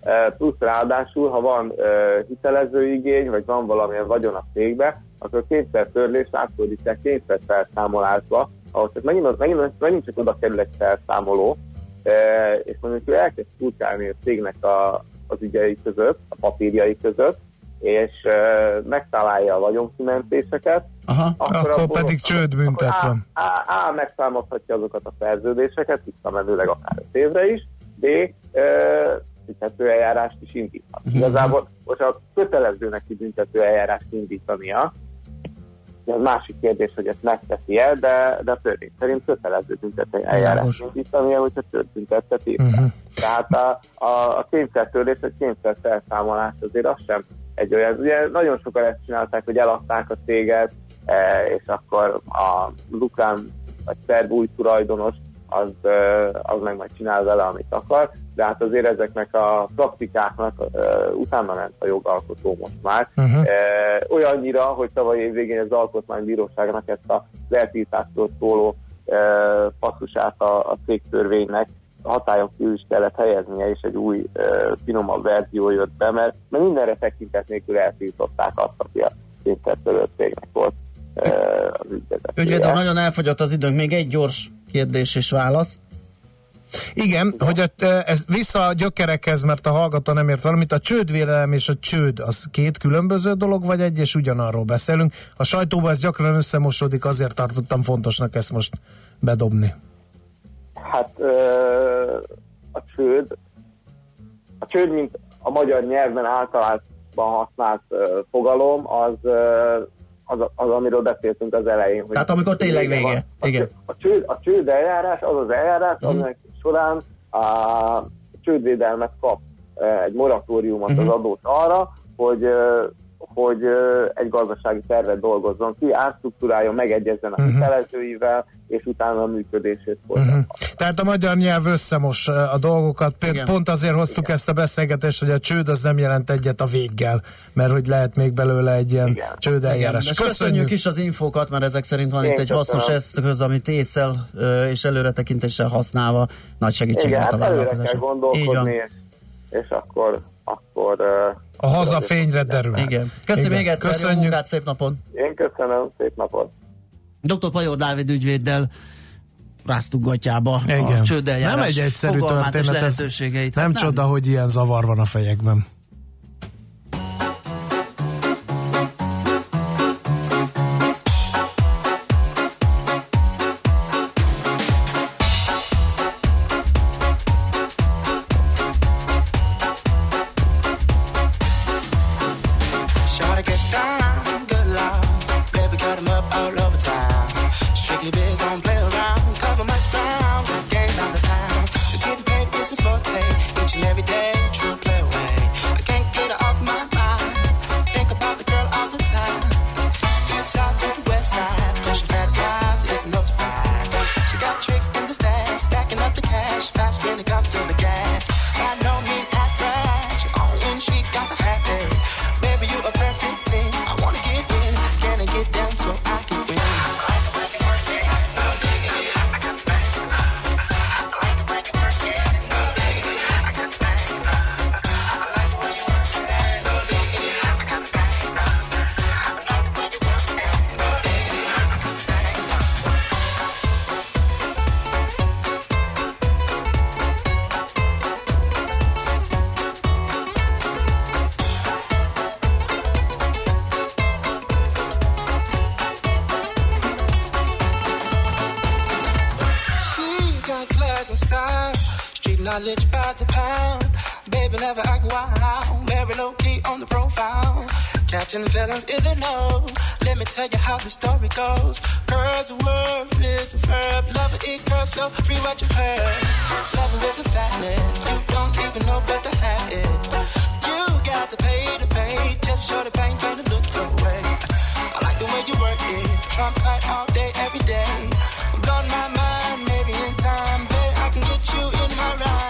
plusz ráadásul, ha van hitelező igény, vagy van valamilyen vagyon a cégbe, akkor kényszertörlést átfordítják kényszerfelszámolásba, ahol csak megint, megint, megint csak oda kerül egy felszámoló, és mondjuk ő elkezd kulcsálni a cégnek a, az ügyei között, a papírjai között, és uh, megtalálja a vagyonkimentéseket, Aha, akkor, akkor abból, pedig csődbüntet van. A, A, A megszámolhatja azokat a szerződéseket, visszamenőleg akár öt évre is, B büntető eljárást is indíthat. Uh-huh. Igazából most a kötelező neki büntető eljárást indítania, ez másik kérdés, hogy ezt megteszi el, de, de a törvény szerint kötelező büntető eljárást indítania, hogyha csődbüntettet ír. Uh-huh. Tehát a, a, a kényszertörlés, a kényszerfelszámolás azért az sem egy olyan, ugye nagyon sokan ezt csinálták, hogy eladták a céget, e, és akkor a ukrán vagy szerb új tulajdonos az, e, az meg majd csinál vele, amit akar, de hát azért ezeknek a praktikáknak e, utána ment a jogalkotó most már. Uh-huh. E, olyannyira, hogy tavaly év végén az Alkotmánybíróságnak ezt a eltiltásról szóló e, passzusát a, a cégtörvénynek hatályon kívül is kellett helyeznie, és egy új, uh, finomabb verzió jött be, mert, mert mindenre tekintet nélkül eltiltották azt, aki a kényszertörő cégnek volt uh, az ügyvezetője. Ügyvédő, nagyon elfogyott az időnk, még egy gyors kérdés és válasz. Igen, Igen. hogy a, ez vissza a gyökerekhez, mert a hallgató nem ért valamit, a csődvélelem és a csőd az két különböző dolog, vagy egy és ugyanarról beszélünk? A sajtóban ez gyakran összemosódik, azért tartottam fontosnak ezt most bedobni. Hát a csőd, a csőd, mint a magyar nyelvben általában használt fogalom, az, az, az, amiről beszéltünk az elején. Hogy tehát amikor tényleg vége. A, Igen. A, csőd, a csőd eljárás az az eljárás, mm. aminek során a csődvédelmet kap egy moratóriumot mm-hmm. az adós arra, hogy hogy egy gazdasági tervet dolgozzon ki, átstruktúráljon, megegyezzen a hitelezőivel, és utána a működését folytatja. Uh-huh. Tehát a magyar nyelv összemos a dolgokat. Pont, pont azért hoztuk Igen. ezt a beszélgetést, hogy a csőd az nem jelent egyet a véggel, mert hogy lehet még belőle egy ilyen Igen. csődeljárás. Köszönjük. Köszönjük is az infókat, mert ezek szerint van Én itt egy köszönöm. hasznos eszköz, amit észszel és előretekintéssel használva nagy segítség Igen, lehet a vállalkozásra. Igen, előre kell gondolkodni, és, és akkor akkor a haza fényre derül. Igen. Köszönjük még egyszer, köszönjük. Jó munkát, szép napot! Én köszönöm, szép napot! doktor Pajor Dávid ügyvéddel ráztuk gatyába Igen. a csődeljárás nem egy egyszerű történet, lehetőségeit. Nem, nem csoda, hogy ilyen zavar van a fejekben. Knowledge by the pound, baby never act wild, very low key on the profile. Catching feelings is a no. Let me tell you how the story goes. Girls, the word is a verb. Love it, it curves so free what you heard. Love it with the fatness. You don't even know what the hat is. You got to pay to pay just show the pain, pain to look your way. I like the way you work it. Trump tight all day, every day. I'm blowing my mind, maybe in time, babe, I can get you in my ride.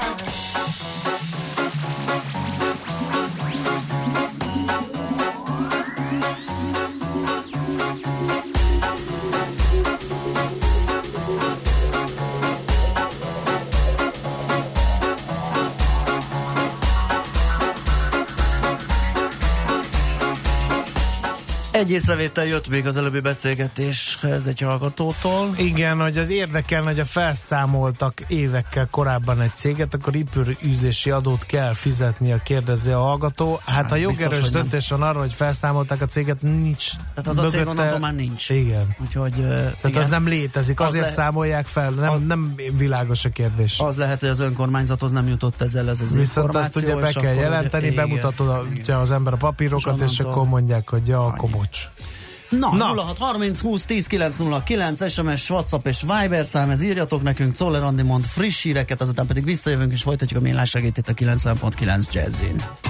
Egy észrevétel jött még az előbbi beszélgetéshez egy hallgatótól. Igen, hogy az érdekelne, hogy a felszámoltak évekkel korábban egy céget, akkor épülőzési adót kell fizetni, kérdezi a hallgató. Hát, hát a jogerős döntés van arra, hogy felszámolták a céget, nincs. Tehát az a cég onnantól már nincs. Igen. Úgyhogy, uh, Tehát igen. az nem létezik, azért az számolják fel, nem, az, nem világos a kérdés. Az lehet, hogy az önkormányzathoz nem jutott ezzel ez az viszont azt ugye be kell jelenteni, bemutatja az ember a papírokat, és, és akkor mondják, hogy ja, akkor bocs. Na, Na. nulla hat harminc húsz tíz kilenc nulla kilenc es em es, WhatsApp és Viber szám, ez írjatok nekünk, Czoller Andi mond friss híreket, azután pedig visszajövünk és folytatjuk a millás segítét a kilencven pont kilenc Jazzin.